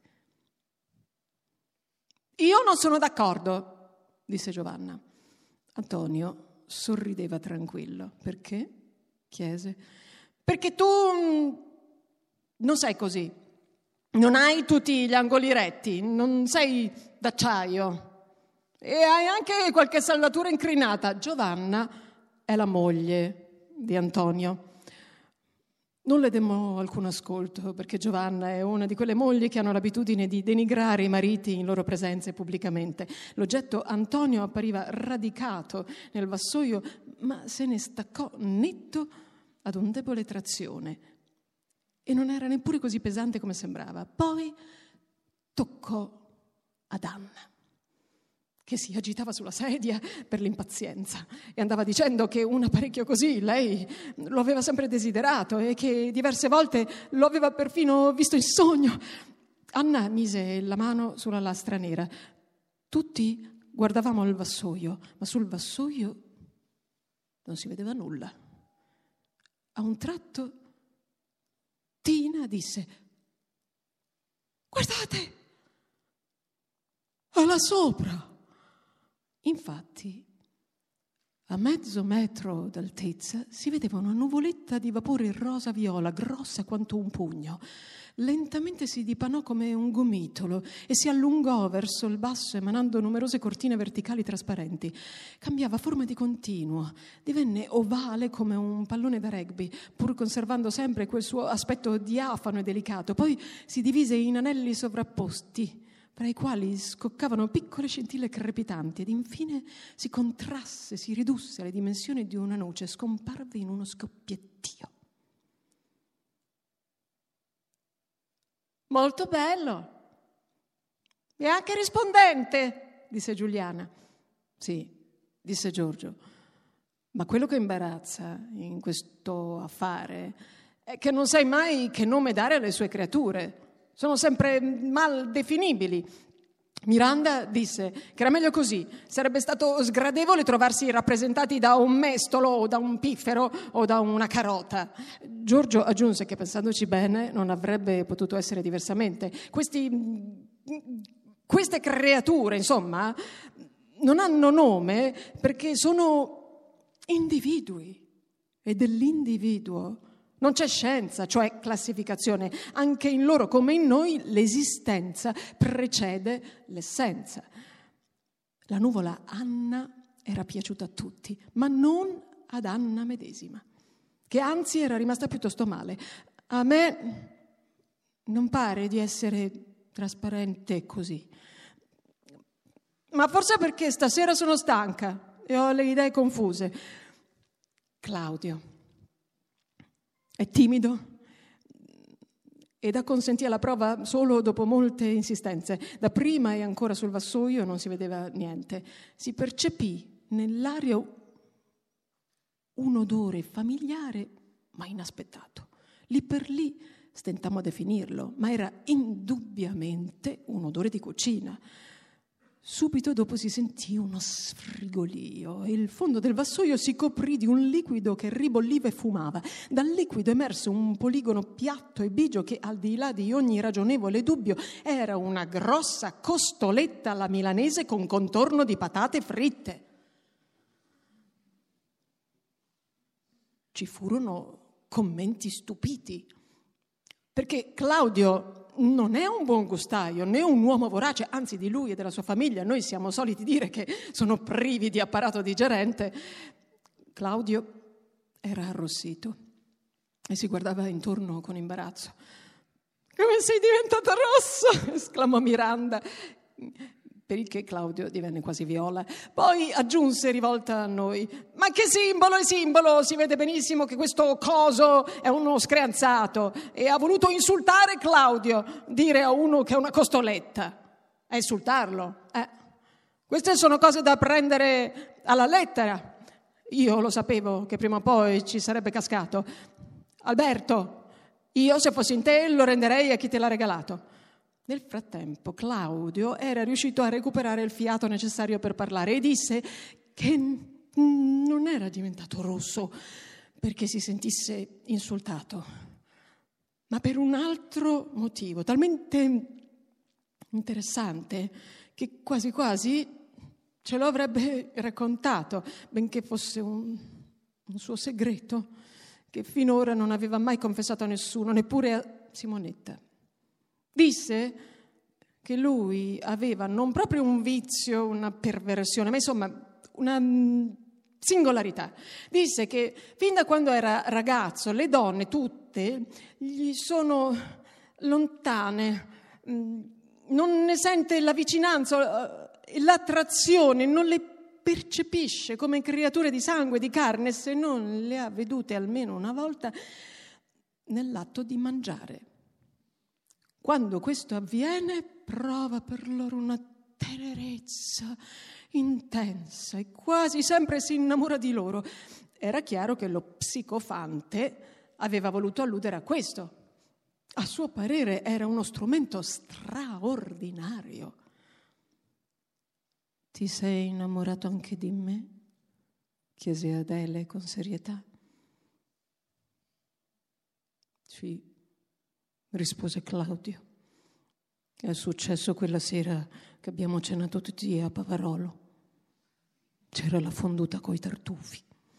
«Io non sono d'accordo», disse Giovanna. Antonio sorrideva tranquillo. «Perché?» chiese. «Perché tu non sei così. Non hai tutti gli angoli retti, non sei d'acciaio. E hai anche qualche saldatura incrinata». Giovanna è la moglie di Antonio. Non le demmo alcun ascolto, perché Giovanna è una di quelle mogli che hanno l'abitudine di denigrare i mariti in loro presenze pubblicamente. L'oggetto Antonio appariva radicato nel vassoio, ma se ne staccò netto ad un debole trazione. E non era neppure così pesante come sembrava. Poi toccò ad Anna, che si agitava sulla sedia per l'impazienza e andava dicendo che un apparecchio così lei lo aveva sempre desiderato e che diverse volte lo aveva perfino visto in sogno. Anna mise la mano sulla lastra nera. Tutti guardavamo il vassoio, ma sul vassoio non si vedeva nulla. A un tratto Tina disse: «Guardate, è là sopra». Infatti, a mezzo metro d'altezza si vedeva una nuvoletta di vapore rosa-viola, grossa quanto un pugno. Lentamente si dipanò come un gomitolo e si allungò verso il basso, emanando numerose cortine verticali trasparenti. Cambiava forma di continuo, divenne ovale come un pallone da rugby, pur conservando sempre quel suo aspetto diafano e delicato. Poi si divise in anelli sovrapposti, tra i quali scoccavano piccole scintille crepitanti, ed infine si contrasse, si ridusse alle dimensioni di una noce, scomparve in uno scoppiettio. «Molto bello! E anche rispondente», disse Giuliana. «Sì», disse Giorgio, «ma quello che imbarazza in questo affare è che non sai mai che nome dare alle sue creature. Sono sempre mal definibili». Miranda disse che era meglio così, sarebbe stato sgradevole trovarsi rappresentati da un mestolo o da un piffero o da una carota. Giorgio aggiunse che, pensandoci bene, non avrebbe potuto essere diversamente. Queste creature, insomma, non hanno nome perché sono individui, e dell'individuo non c'è scienza, cioè classificazione. Anche in loro, come in noi, l'esistenza precede l'essenza. La nuvola Anna era piaciuta a tutti, ma non ad Anna medesima, che anzi era rimasta piuttosto male. A me non pare di essere trasparente così, ma forse perché stasera sono stanca e ho le idee confuse. Claudio è timido ed acconsentì alla prova solo dopo molte insistenze. Dapprima e ancora sul vassoio non si vedeva niente. Si percepì nell'aria un odore familiare ma inaspettato. Lì per lì stentammo a definirlo, ma era indubbiamente un odore di cucina. Subito dopo si sentì uno sfrigolio e il fondo del vassoio si coprì di un liquido che ribolliva e fumava. Dal liquido emerse un poligono piatto e bigio che, al di là di ogni ragionevole dubbio, era una grossa costoletta alla milanese con contorno di patate fritte. Ci furono commenti stupiti, perché Claudio non è un buon gustaio né un uomo vorace, anzi di lui e della sua famiglia noi siamo soliti dire che sono privi di apparato digerente. Claudio era arrossito e si guardava intorno con imbarazzo. «Come sei diventato rosso!» esclamò Miranda, per il che Claudio divenne quasi viola. Poi aggiunse, rivolta a noi: «Ma che simbolo è simbolo? Si vede benissimo che questo coso è uno screanzato e ha voluto insultare Claudio. Dire a uno che è una costoletta è insultarlo. Queste sono cose da prendere alla lettera. Io lo sapevo che prima o poi ci sarebbe cascato. Alberto, io se fossi in te lo renderei a chi te l'ha regalato». Nel frattempo Claudio era riuscito a recuperare il fiato necessario per parlare e disse che non era diventato rosso perché si sentisse insultato, ma per un altro motivo, talmente interessante che quasi quasi ce lo avrebbe raccontato, benché fosse un suo segreto che finora non aveva mai confessato a nessuno, neppure a Simonetta. Disse che lui aveva non proprio un vizio, una perversione, ma insomma una singolarità. Disse che fin da quando era ragazzo le donne tutte gli sono lontane, non ne sente la vicinanza, l'attrazione, non le percepisce come creature di sangue, di carne, se non le ha vedute almeno una volta nell'atto di mangiare. Quando questo avviene, prova per loro una tenerezza intensa e quasi sempre si innamora di loro. Era chiaro che lo psicofante aveva voluto alludere a questo. A suo parere era uno strumento straordinario. «Ti sei innamorato anche di me?» chiese Adele con serietà. «Sì», rispose Claudio. «È successo quella sera che abbiamo cenato tutti a Pavarolo. C'era la fonduta coi tartufi».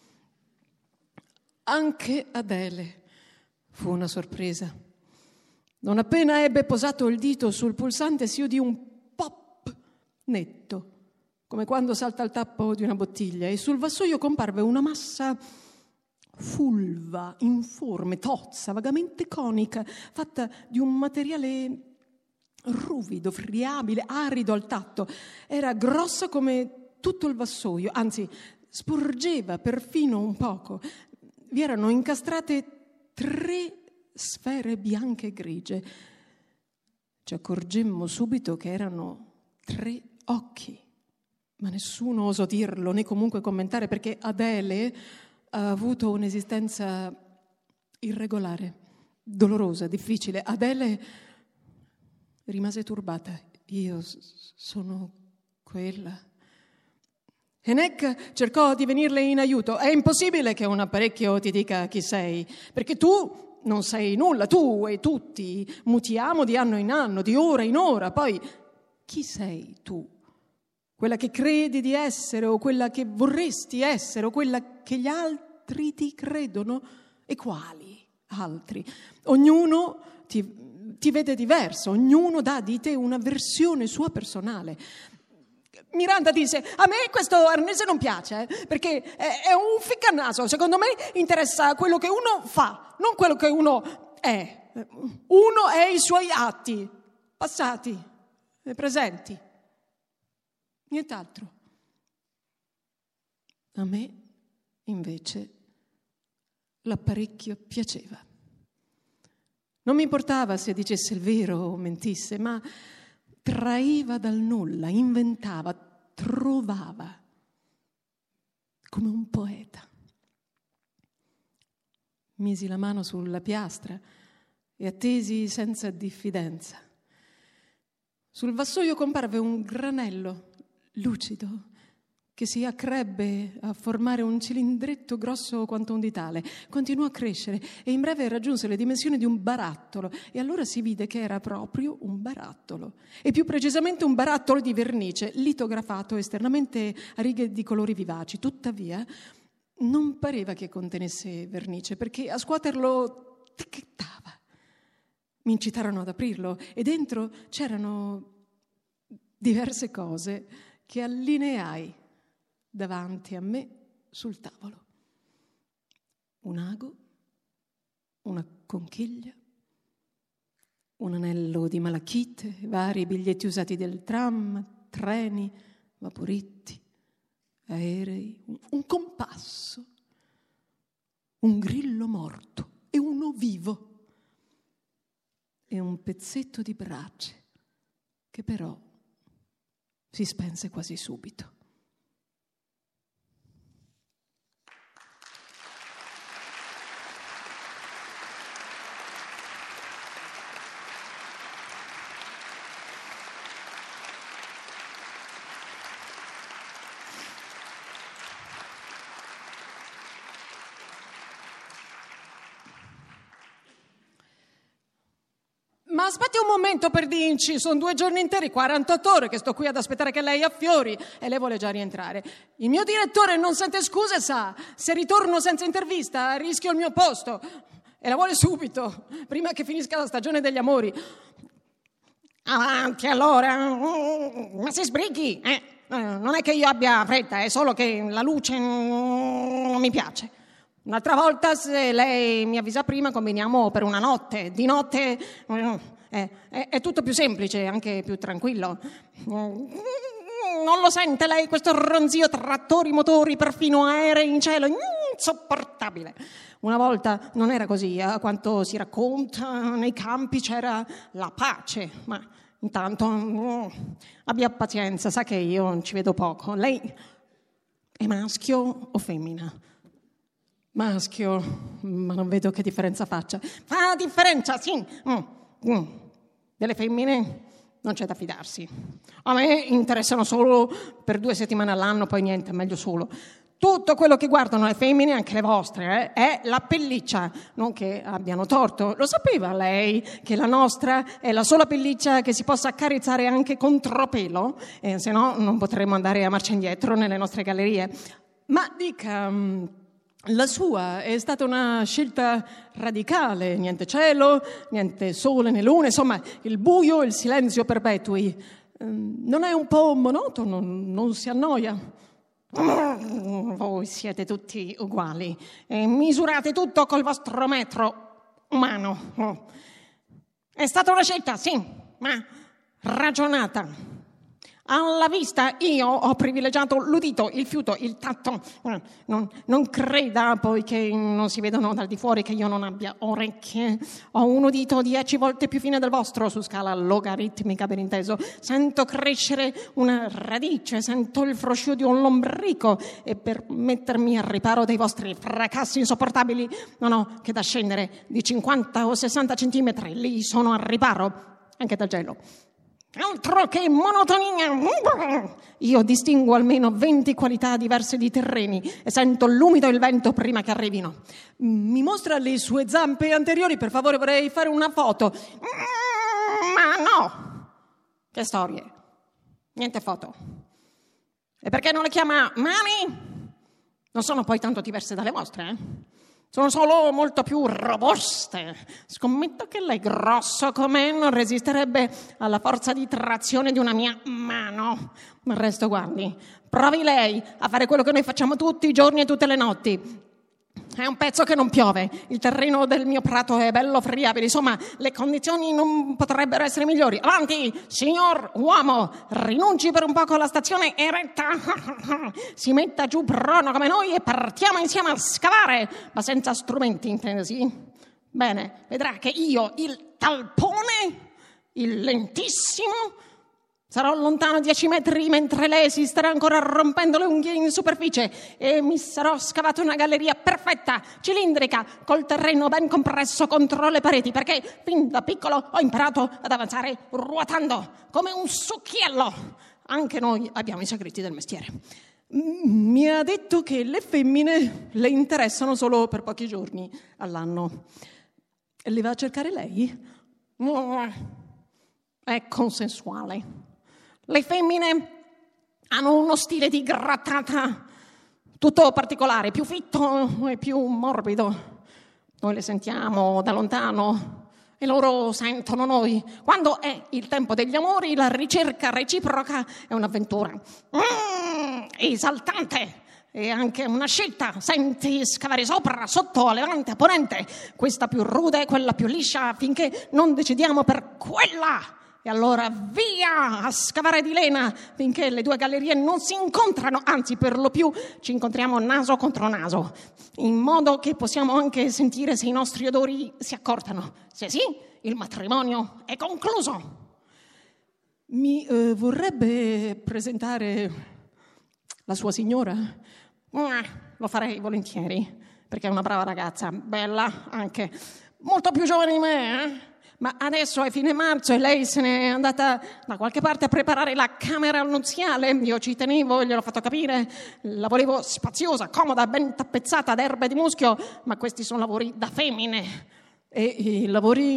Anche Adele fu una sorpresa. Non appena ebbe posato il dito sul pulsante si udì un pop netto, come quando salta il tappo di una bottiglia, e sul vassoio comparve una massa fulva, informe, tozza, vagamente conica, fatta di un materiale ruvido, friabile, arido al tatto. Era grossa come tutto il vassoio, anzi sporgeva perfino un poco. Vi erano incastrate 3 sfere bianche e grigie. Ci accorgemmo subito che erano 3 occhi, ma nessuno osò dirlo né comunque commentare, perché Adele ha avuto un'esistenza irregolare, dolorosa, difficile. Adele rimase turbata. «Io sono quella». Henneck cercò di venirle in aiuto. «È impossibile che un apparecchio ti dica chi sei, perché tu non sei nulla, tu e tutti mutiamo di anno in anno, di ora in ora. Poi chi sei tu? Quella che credi di essere, o quella che vorresti essere, o quella che gli altri ti credono? E quali altri? Ognuno ti vede diverso, ognuno dà di te una versione sua personale». Miranda disse: «A me questo arnese non piace, perché è un ficcannaso. Secondo me interessa quello che uno fa, non quello che uno è. Uno è i suoi atti, passati e presenti, nient'altro». A me, invece, l'apparecchio piaceva. Non mi importava se dicesse il vero o mentisse, ma traeva dal nulla, inventava, trovava, come un poeta. Misi la mano sulla piastra e attesi senza diffidenza. Sul vassoio comparve un granello lucido che si accrebbe a formare un cilindretto grosso quanto un ditale. Continuò a crescere e in breve raggiunse le dimensioni di un barattolo, e allora si vide che era proprio un barattolo, e più precisamente un barattolo di vernice litografato esternamente a righe di colori vivaci. Tuttavia non pareva che contenesse vernice, perché a scuoterlo ticchettava. Mi incitarono ad aprirlo e dentro c'erano diverse cose che allineai davanti a me sul tavolo. Un ago, una conchiglia, un anello di malachite, vari biglietti usati del tram, treni, vaporetti, aerei, un compasso, un grillo morto e uno vivo, e un pezzetto di brace che però si spense quasi subito. Ma aspetti un momento, per dirci, sono 2 giorni interi, 48 ore che sto qui ad aspettare che lei affiori e lei vuole già rientrare. Il mio direttore non sente scuse, sa. Se ritorno senza intervista rischio il mio posto e la vuole subito, prima che finisca la stagione degli amori. Avanti allora, ma si sbrighi, non è che io abbia fretta, è solo che la luce non mi piace. Un'altra volta, se lei mi avvisa prima, combiniamo per una notte. Di notte è tutto più semplice, anche più tranquillo. Non lo sente lei questo ronzio, trattori, motori, perfino aerei in cielo? Insopportabile. Una volta non era così, a quanto si racconta, nei campi c'era la pace, ma intanto abbia pazienza, sa che io ci vedo poco. Lei è maschio o femmina? Maschio, ma non vedo che differenza faccia. Fa differenza, sì. Delle femmine non c'è da fidarsi. A me interessano solo per 2 settimane all'anno, poi niente, meglio solo. Tutto quello che guardano le femmine, anche le vostre, è la pelliccia. Non che abbiano torto. Lo sapeva lei che la nostra è la sola pelliccia che si possa accarezzare anche con tropelo? Se no non potremmo andare a marcia indietro nelle nostre gallerie. Ma dica, la sua è stata una scelta radicale. Niente cielo, niente sole né luna, insomma il buio e il silenzio perpetui. Non è un po' monotono? Non si annoia? Voi siete tutti uguali e misurate tutto col vostro metro umano. È stata una scelta, sì, ma ragionata. Alla vista io ho privilegiato l'udito, il fiuto, il tatto. Non creda poi che non si vedono dal di fuori che io non abbia orecchie. Ho un udito 10 volte più fine del vostro su scala logaritmica, ben inteso. Sento crescere una radice, sento il fruscio di un lombrico e per mettermi al riparo dei vostri fracassi insopportabili non ho che da scendere di 50 o 60 centimetri. Lì sono al riparo anche dal gelo. Altro che monotonia! Io distingo almeno 20 qualità diverse di terreni e sento l'umido e il vento prima che arrivino. Mi mostra le sue zampe anteriori, per favore, vorrei fare una foto. Ma no! Che storie! Niente foto. E perché non le chiama mani? Non sono poi tanto diverse dalle vostre, eh? Sono solo molto più robuste. Scommetto che lei, grosso com'è, non resisterebbe alla forza di trazione di una mia mano. Ma il resto, guardi, provi lei a fare quello che noi facciamo tutti i giorni e tutte le notti. È un pezzo che non piove, il terreno del mio prato è bello friabile, insomma, le condizioni non potrebbero essere migliori. Avanti, signor uomo, rinunci per un poco alla stazione eretta, si metta giù prono come noi e partiamo insieme a scavare, ma senza strumenti, intesi? Bene, vedrà che io, il talpone, il lentissimo, sarò lontano 10 metri mentre lei si starà ancora rompendo le unghie in superficie e mi sarò scavato una galleria perfetta, cilindrica, col terreno ben compresso contro le pareti, perché fin da piccolo ho imparato ad avanzare ruotando come un succhiello. Anche noi abbiamo i segreti del mestiere. Mi ha detto che le femmine le interessano solo per pochi giorni all'anno. Le va a cercare lei? È consensuale. Le femmine hanno uno stile di grattata tutto particolare, più fitto e più morbido. Noi le sentiamo da lontano e loro sentono noi. Quando è il tempo degli amori, la ricerca reciproca è un'avventura esaltante e anche una scelta. Senti scavare sopra, sotto, a levante, a ponente, questa più rude, quella più liscia, finché non decidiamo per quella. E allora via a scavare di lena finché le 2 gallerie non si incontrano, anzi per lo più ci incontriamo naso contro naso, in modo che possiamo anche sentire se i nostri odori si accortano. Se sì, il matrimonio è concluso. Mi vorrebbe presentare la sua signora? Lo farei volentieri, perché è una brava ragazza, bella anche, molto più giovane di me, Ma adesso è fine marzo e lei se n'è andata da qualche parte a preparare la camera nuziale. Io ci tenevo, gliel'ho fatto capire, la volevo spaziosa, comoda, ben tappezzata d'erbe di muschio, ma questi sono lavori da femmine. E i lavori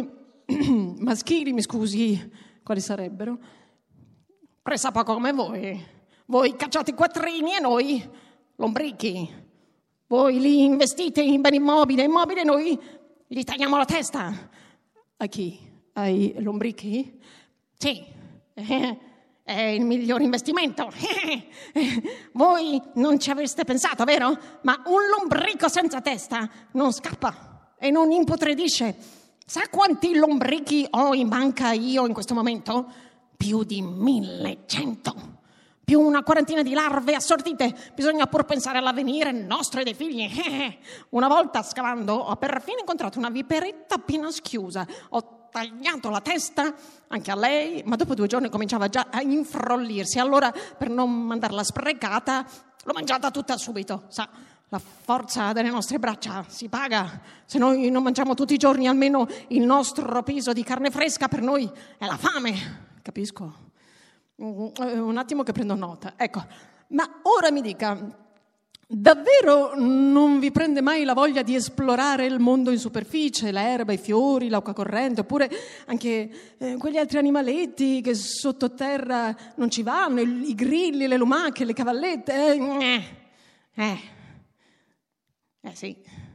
maschili, mi scusi, quali sarebbero? Pressappoco come voi. Voi cacciate i quattrini e noi lombrichi. Voi li investite in beni immobili e noi gli tagliamo la testa. A chi? Ai lombrichi? Sì, è il miglior investimento. Voi non ci avreste pensato, vero? Ma un lombrico senza testa non scappa e non impotredisce. Sa quanti lombrichi ho in banca io in questo momento? Più di 1100. Più una quarantina di larve assortite. Bisogna pur pensare all'avvenire nostro e dei figli. Una volta scavando ho perfino incontrato una viperetta appena schiusa. Ho tagliato la testa anche a lei, ma dopo 2 giorni cominciava già a infrollirsi. Allora, per non mandarla sprecata, l'ho mangiata tutta subito. Sa, la forza delle nostre braccia si paga. Se noi non mangiamo tutti i giorni almeno il nostro piso di carne fresca, per noi è la fame. Capisco? Un attimo che prendo nota. Ecco, ma ora mi dica, davvero non vi prende mai la voglia di esplorare il mondo in superficie, l'erba, i fiori, l'acqua corrente, oppure anche quegli altri animaletti che sottoterra non ci vanno, i grilli, le lumache, le cavallette? Sì,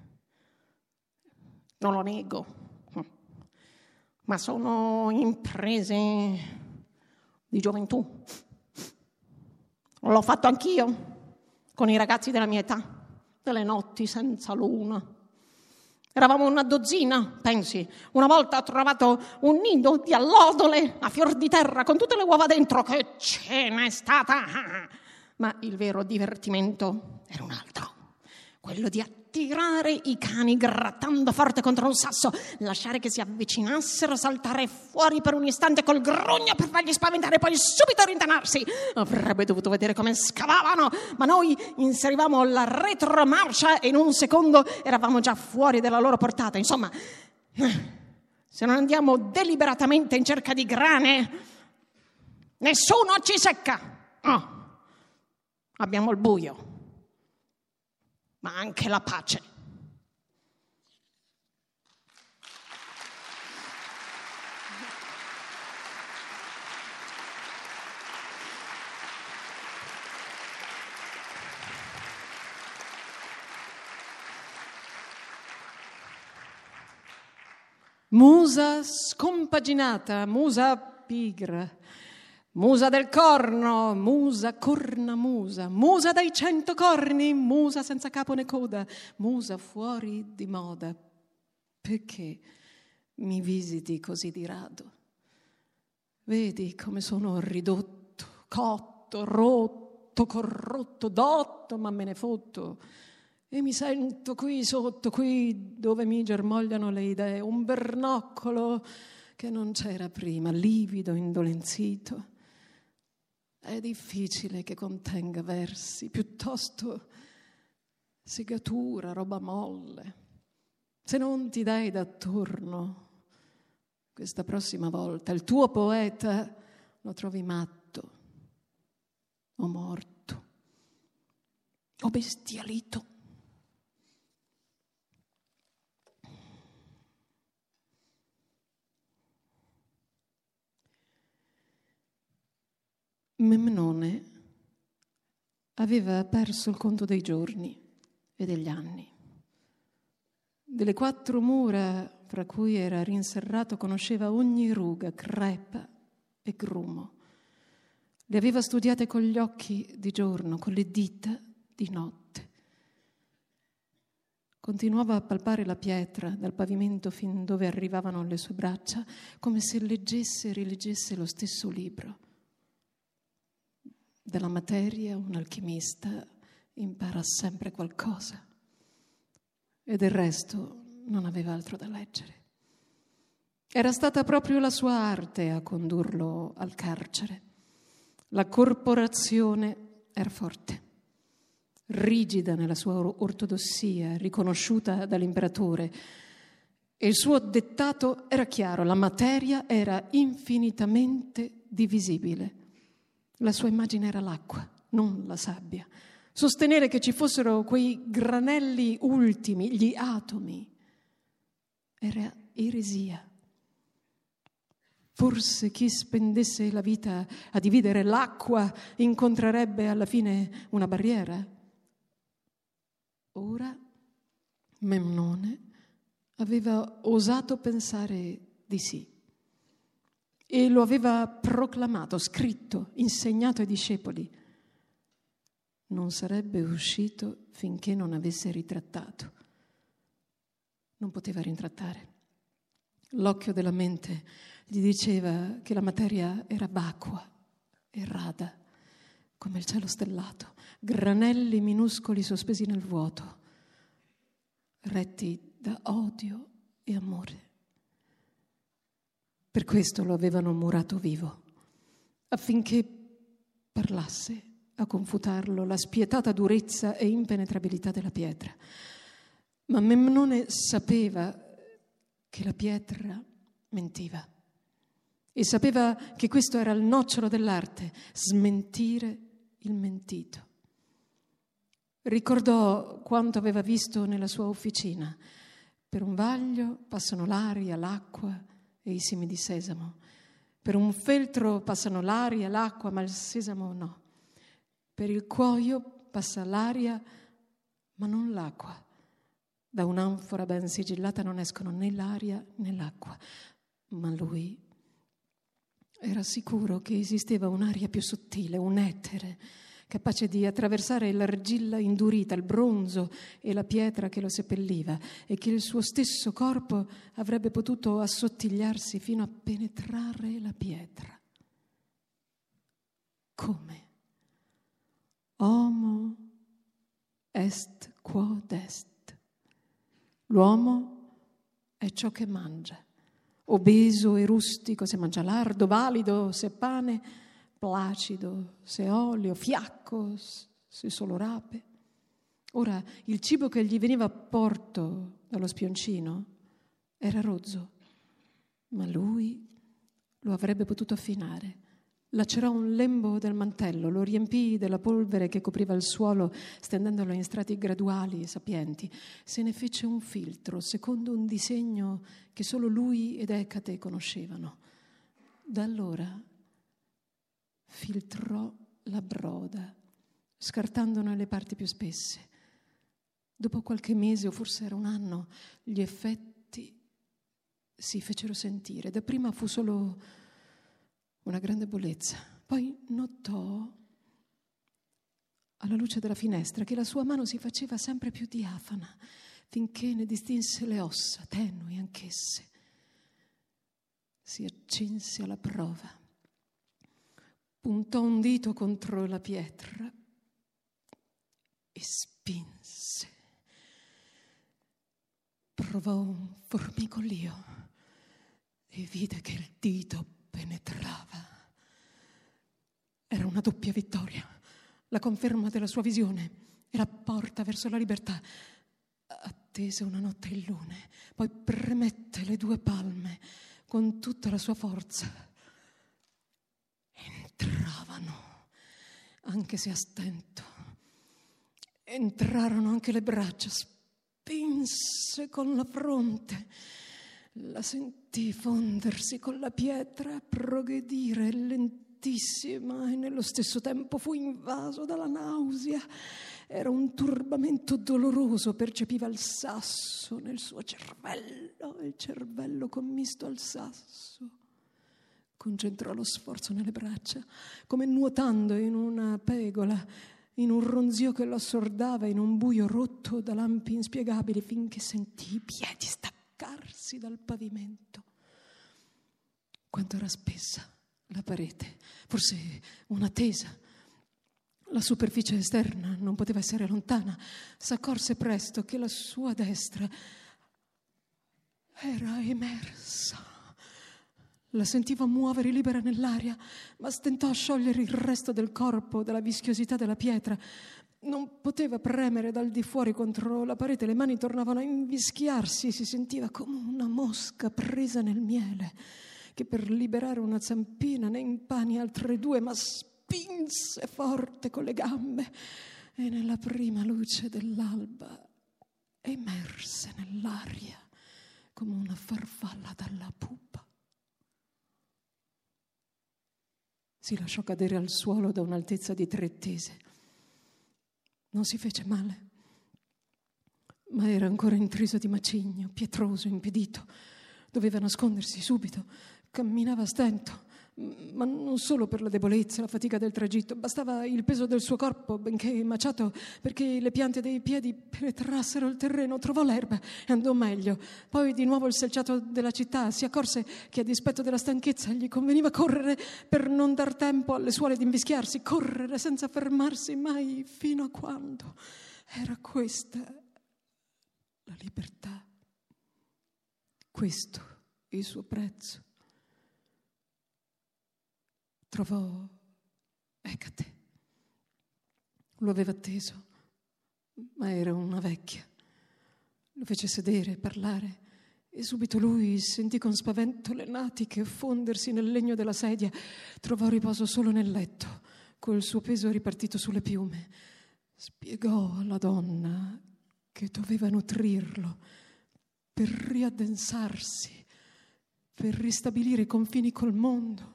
non lo nego, ma sono imprese di gioventù. L'ho fatto anch'io con i ragazzi della mia età, delle notti senza luna. Eravamo una dozzina, pensi. Una volta ho trovato un nido di allodole a fior di terra con tutte le uova dentro. Che ce n'è stata! Ma il vero divertimento era un altro. Quello di attirare i cani grattando forte contro un sasso, lasciare che si avvicinassero, saltare fuori per un istante col grugno per fargli spaventare e poi subito rintanarsi. Avrebbe dovuto vedere come scavavano, ma noi inserivamo la retromarcia e in un secondo eravamo già fuori dalla loro portata. Insomma, se non andiamo deliberatamente in cerca di grane, nessuno ci secca. Oh, abbiamo il buio, ma anche la pace. Musa scompaginata, musa pigra, musa del corno, musa cornamusa, musa dai 100 corni, musa senza capo né coda, musa fuori di moda. Perché mi visiti così di rado? Vedi come sono ridotto, cotto, rotto, corrotto, dotto, ma me ne fotto. E mi sento qui sotto, qui dove mi germogliano le idee, un bernoccolo che non c'era prima, livido, indolenzito. È difficile che contenga versi, piuttosto segatura, roba molle. Se non ti dai d'attorno, questa prossima volta il tuo poeta lo trovi matto, o morto, o bestialito. Memnone aveva perso il conto dei giorni e degli anni. Delle 4 mura fra cui era rinserrato conosceva ogni ruga, crepa e grumo. Le aveva studiate con gli occhi di giorno, con le dita di notte. Continuava a palpare la pietra dal pavimento fin dove arrivavano le sue braccia, come se leggesse e rileggesse lo stesso libro. Dalla materia un alchimista impara sempre qualcosa e del resto non aveva altro da leggere. Era stata proprio la sua arte a condurlo al carcere. La corporazione era forte, rigida nella sua ortodossia, riconosciuta dall'imperatore, e il suo dettato era chiaro: la materia era infinitamente divisibile. La sua immagine era l'acqua, non la sabbia. Sostenere che ci fossero quei granelli ultimi, gli atomi, era eresia. Forse chi spendesse la vita a dividere l'acqua incontrerebbe alla fine una barriera. Ora Memnone aveva osato pensare di sì e lo aveva proclamato, scritto, insegnato ai discepoli. Non sarebbe uscito finché non avesse ritrattato. Non poteva ritrattare. L'occhio della mente gli diceva che la materia era vacua e rada, come il cielo stellato, granelli minuscoli sospesi nel vuoto, retti da odio e amore. Per questo lo avevano murato vivo, affinché parlasse a confutarlo la spietata durezza e impenetrabilità della pietra. Ma Memnone sapeva che la pietra mentiva e sapeva che questo era il nocciolo dell'arte, smentire il mentito. Ricordò quanto aveva visto nella sua officina. Per un vaglio passano l'aria, l'acqua e i semi di sesamo. Per un feltro passano l'aria, l'acqua, ma il sesamo no. Per il cuoio passa l'aria, ma non l'acqua. Da un'anfora ben sigillata non escono né l'aria né l'acqua. Ma lui era sicuro che esisteva un'aria più sottile, un etere, capace di attraversare l'argilla indurita, il bronzo e la pietra che lo seppelliva, e che il suo stesso corpo avrebbe potuto assottigliarsi fino a penetrare la pietra. Come? Homo est quod est. L'uomo è ciò che mangia. Obeso e rustico se mangia lardo, valido se pane, placido se olio, fiacco se solo rape. Ora, il cibo che gli veniva a porto dallo spioncino era rozzo, ma lui lo avrebbe potuto affinare. Lacerò un lembo del mantello, lo riempì della polvere che copriva il suolo, stendendolo in strati graduali e sapienti. Se ne fece un filtro, secondo un disegno che solo lui ed Ecate conoscevano. Da allora filtrò la broda, scartandone le parti più spesse. Dopo qualche mese, o forse era un anno, gli effetti si fecero sentire. Dapprima fu solo una grande bollezza. Poi notò, alla luce della finestra, che la sua mano si faceva sempre più diafana, finché ne distinse le ossa, tenui anch'esse. Si accinse alla prova, puntò un dito contro la pietra e spinse. Provò un formicolio e vide che il dito penetrava. Era una doppia vittoria, la conferma della sua visione e la porta verso la libertà. Attese una notte il lune, poi premette le due palme con tutta la sua forza. Entravano, anche se a stento. Entrarono anche le braccia, spinse con la fronte. La sentì fondersi con la pietra, progredire lentissima e nello stesso tempo fu invaso dalla nausea. Era un turbamento doloroso, percepiva il sasso nel suo cervello, il cervello commisto al sasso. Concentrò lo sforzo nelle braccia, come nuotando in una pegola, in un ronzio che lo assordava, in un buio rotto da lampi inspiegabili, finché sentì i piedi staccarsi dal pavimento. Quanto era spessa la parete, forse una tesa. La superficie esterna non poteva essere lontana. S'accorse presto che la sua destra era emersa. La sentiva muovere libera nell'aria, ma stentò a sciogliere il resto del corpo dalla vischiosità della pietra. Non poteva premere dal di fuori contro la parete, le mani tornavano a invischiarsi, si sentiva come una mosca presa nel miele, che per liberare una zampina ne impani altre due, ma spinse forte con le gambe e nella prima luce dell'alba emerse nell'aria come una farfalla dalla pupa. Si lasciò cadere al suolo da un'altezza di 3 tese. Non si fece male, ma era ancora intriso di macigno, pietroso, impedito. Doveva nascondersi subito. Camminava a stento, ma non solo per la debolezza, la fatica del tragitto. Bastava il peso del suo corpo, benché maciato, perché le piante dei piedi penetrassero il terreno. Trovò l'erba e andò meglio. Poi di nuovo il selciato della città. Si accorse che a dispetto della stanchezza gli conveniva correre per non dar tempo alle suole di invischiarsi, correre senza fermarsi mai. Fino a quando? Era questa la libertà. Questo il suo prezzo. Trovò Ecate. Lo aveva atteso, ma era una vecchia. Lo fece sedere, parlare, e subito lui sentì con spavento le natiche fondersi nel legno della sedia. Trovò riposo solo nel letto, col suo peso ripartito sulle piume. Spiegò alla donna che doveva nutrirlo per riaddensarsi, per ristabilire i confini col mondo.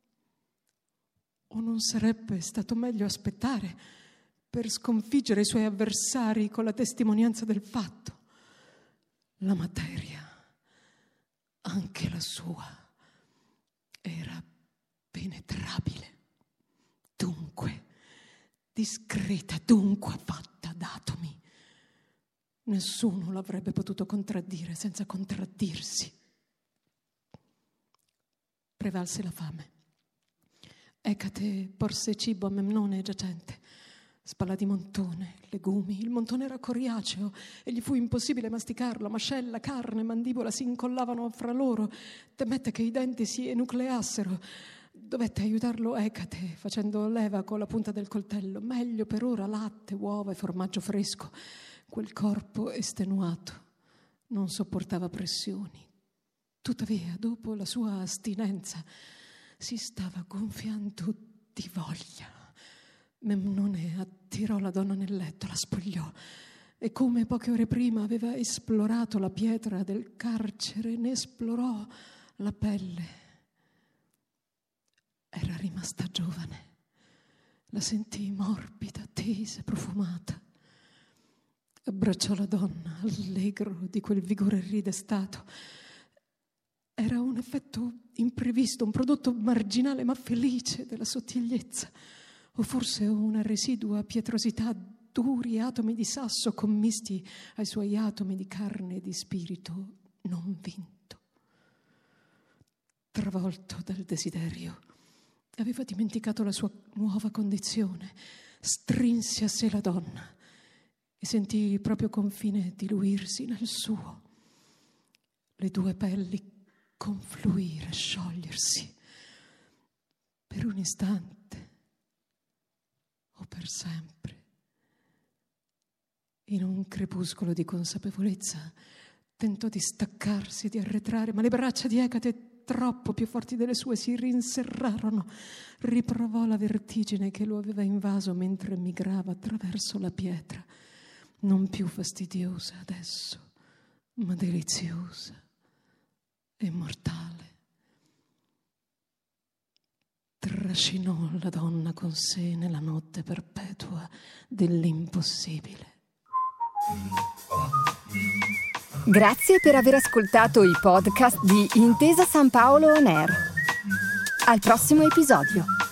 O non sarebbe stato meglio aspettare per sconfiggere i suoi avversari con la testimonianza del fatto? La materia, anche la sua, era penetrabile, dunque discreta, dunque fatta d'atomi. Nessuno l'avrebbe potuto contraddire senza contraddirsi. Prevalse la fame. Ecate porse cibo a Memnone giacente, spalla di montone, legumi. Il montone era coriaceo e gli fu impossibile masticarlo. Mascella, carne, mandibola si incollavano fra loro. Temette che i denti si enucleassero. Dovette aiutarlo Ecate, facendo leva con la punta del coltello. Meglio per ora latte, uova e formaggio fresco. Quel corpo estenuato non sopportava pressioni. Tuttavia, dopo la sua astinenza, si stava gonfiando di voglia. Memnone attirò la donna nel letto, la spogliò e, come poche ore prima aveva esplorato la pietra del carcere, ne esplorò la pelle. Era rimasta giovane. La sentì morbida, tesa, profumata. Abbracciò la donna, allegro di quel vigore ridestato. Era un effetto imprevisto, un prodotto marginale ma felice della sottigliezza, o forse una residua pietrosità, duri atomi di sasso commisti ai suoi atomi di carne e di spirito non vinto. Travolto dal desiderio, aveva dimenticato la sua nuova condizione, strinse a sé la donna e sentì il proprio confine diluirsi nel suo. Le due pelli confluire, sciogliersi, per un istante o per sempre. In un crepuscolo di consapevolezza tentò di staccarsi, di arretrare, ma le braccia di Ecate, troppo più forti delle sue, si rinserrarono. Riprovò la vertigine che lo aveva invaso mentre migrava attraverso la pietra, non più fastidiosa adesso, ma deliziosa e mortale. Trascinò la donna con sé nella notte perpetua dell'impossibile. Grazie per aver ascoltato i podcast di Intesa San Paolo On Air. Al prossimo episodio.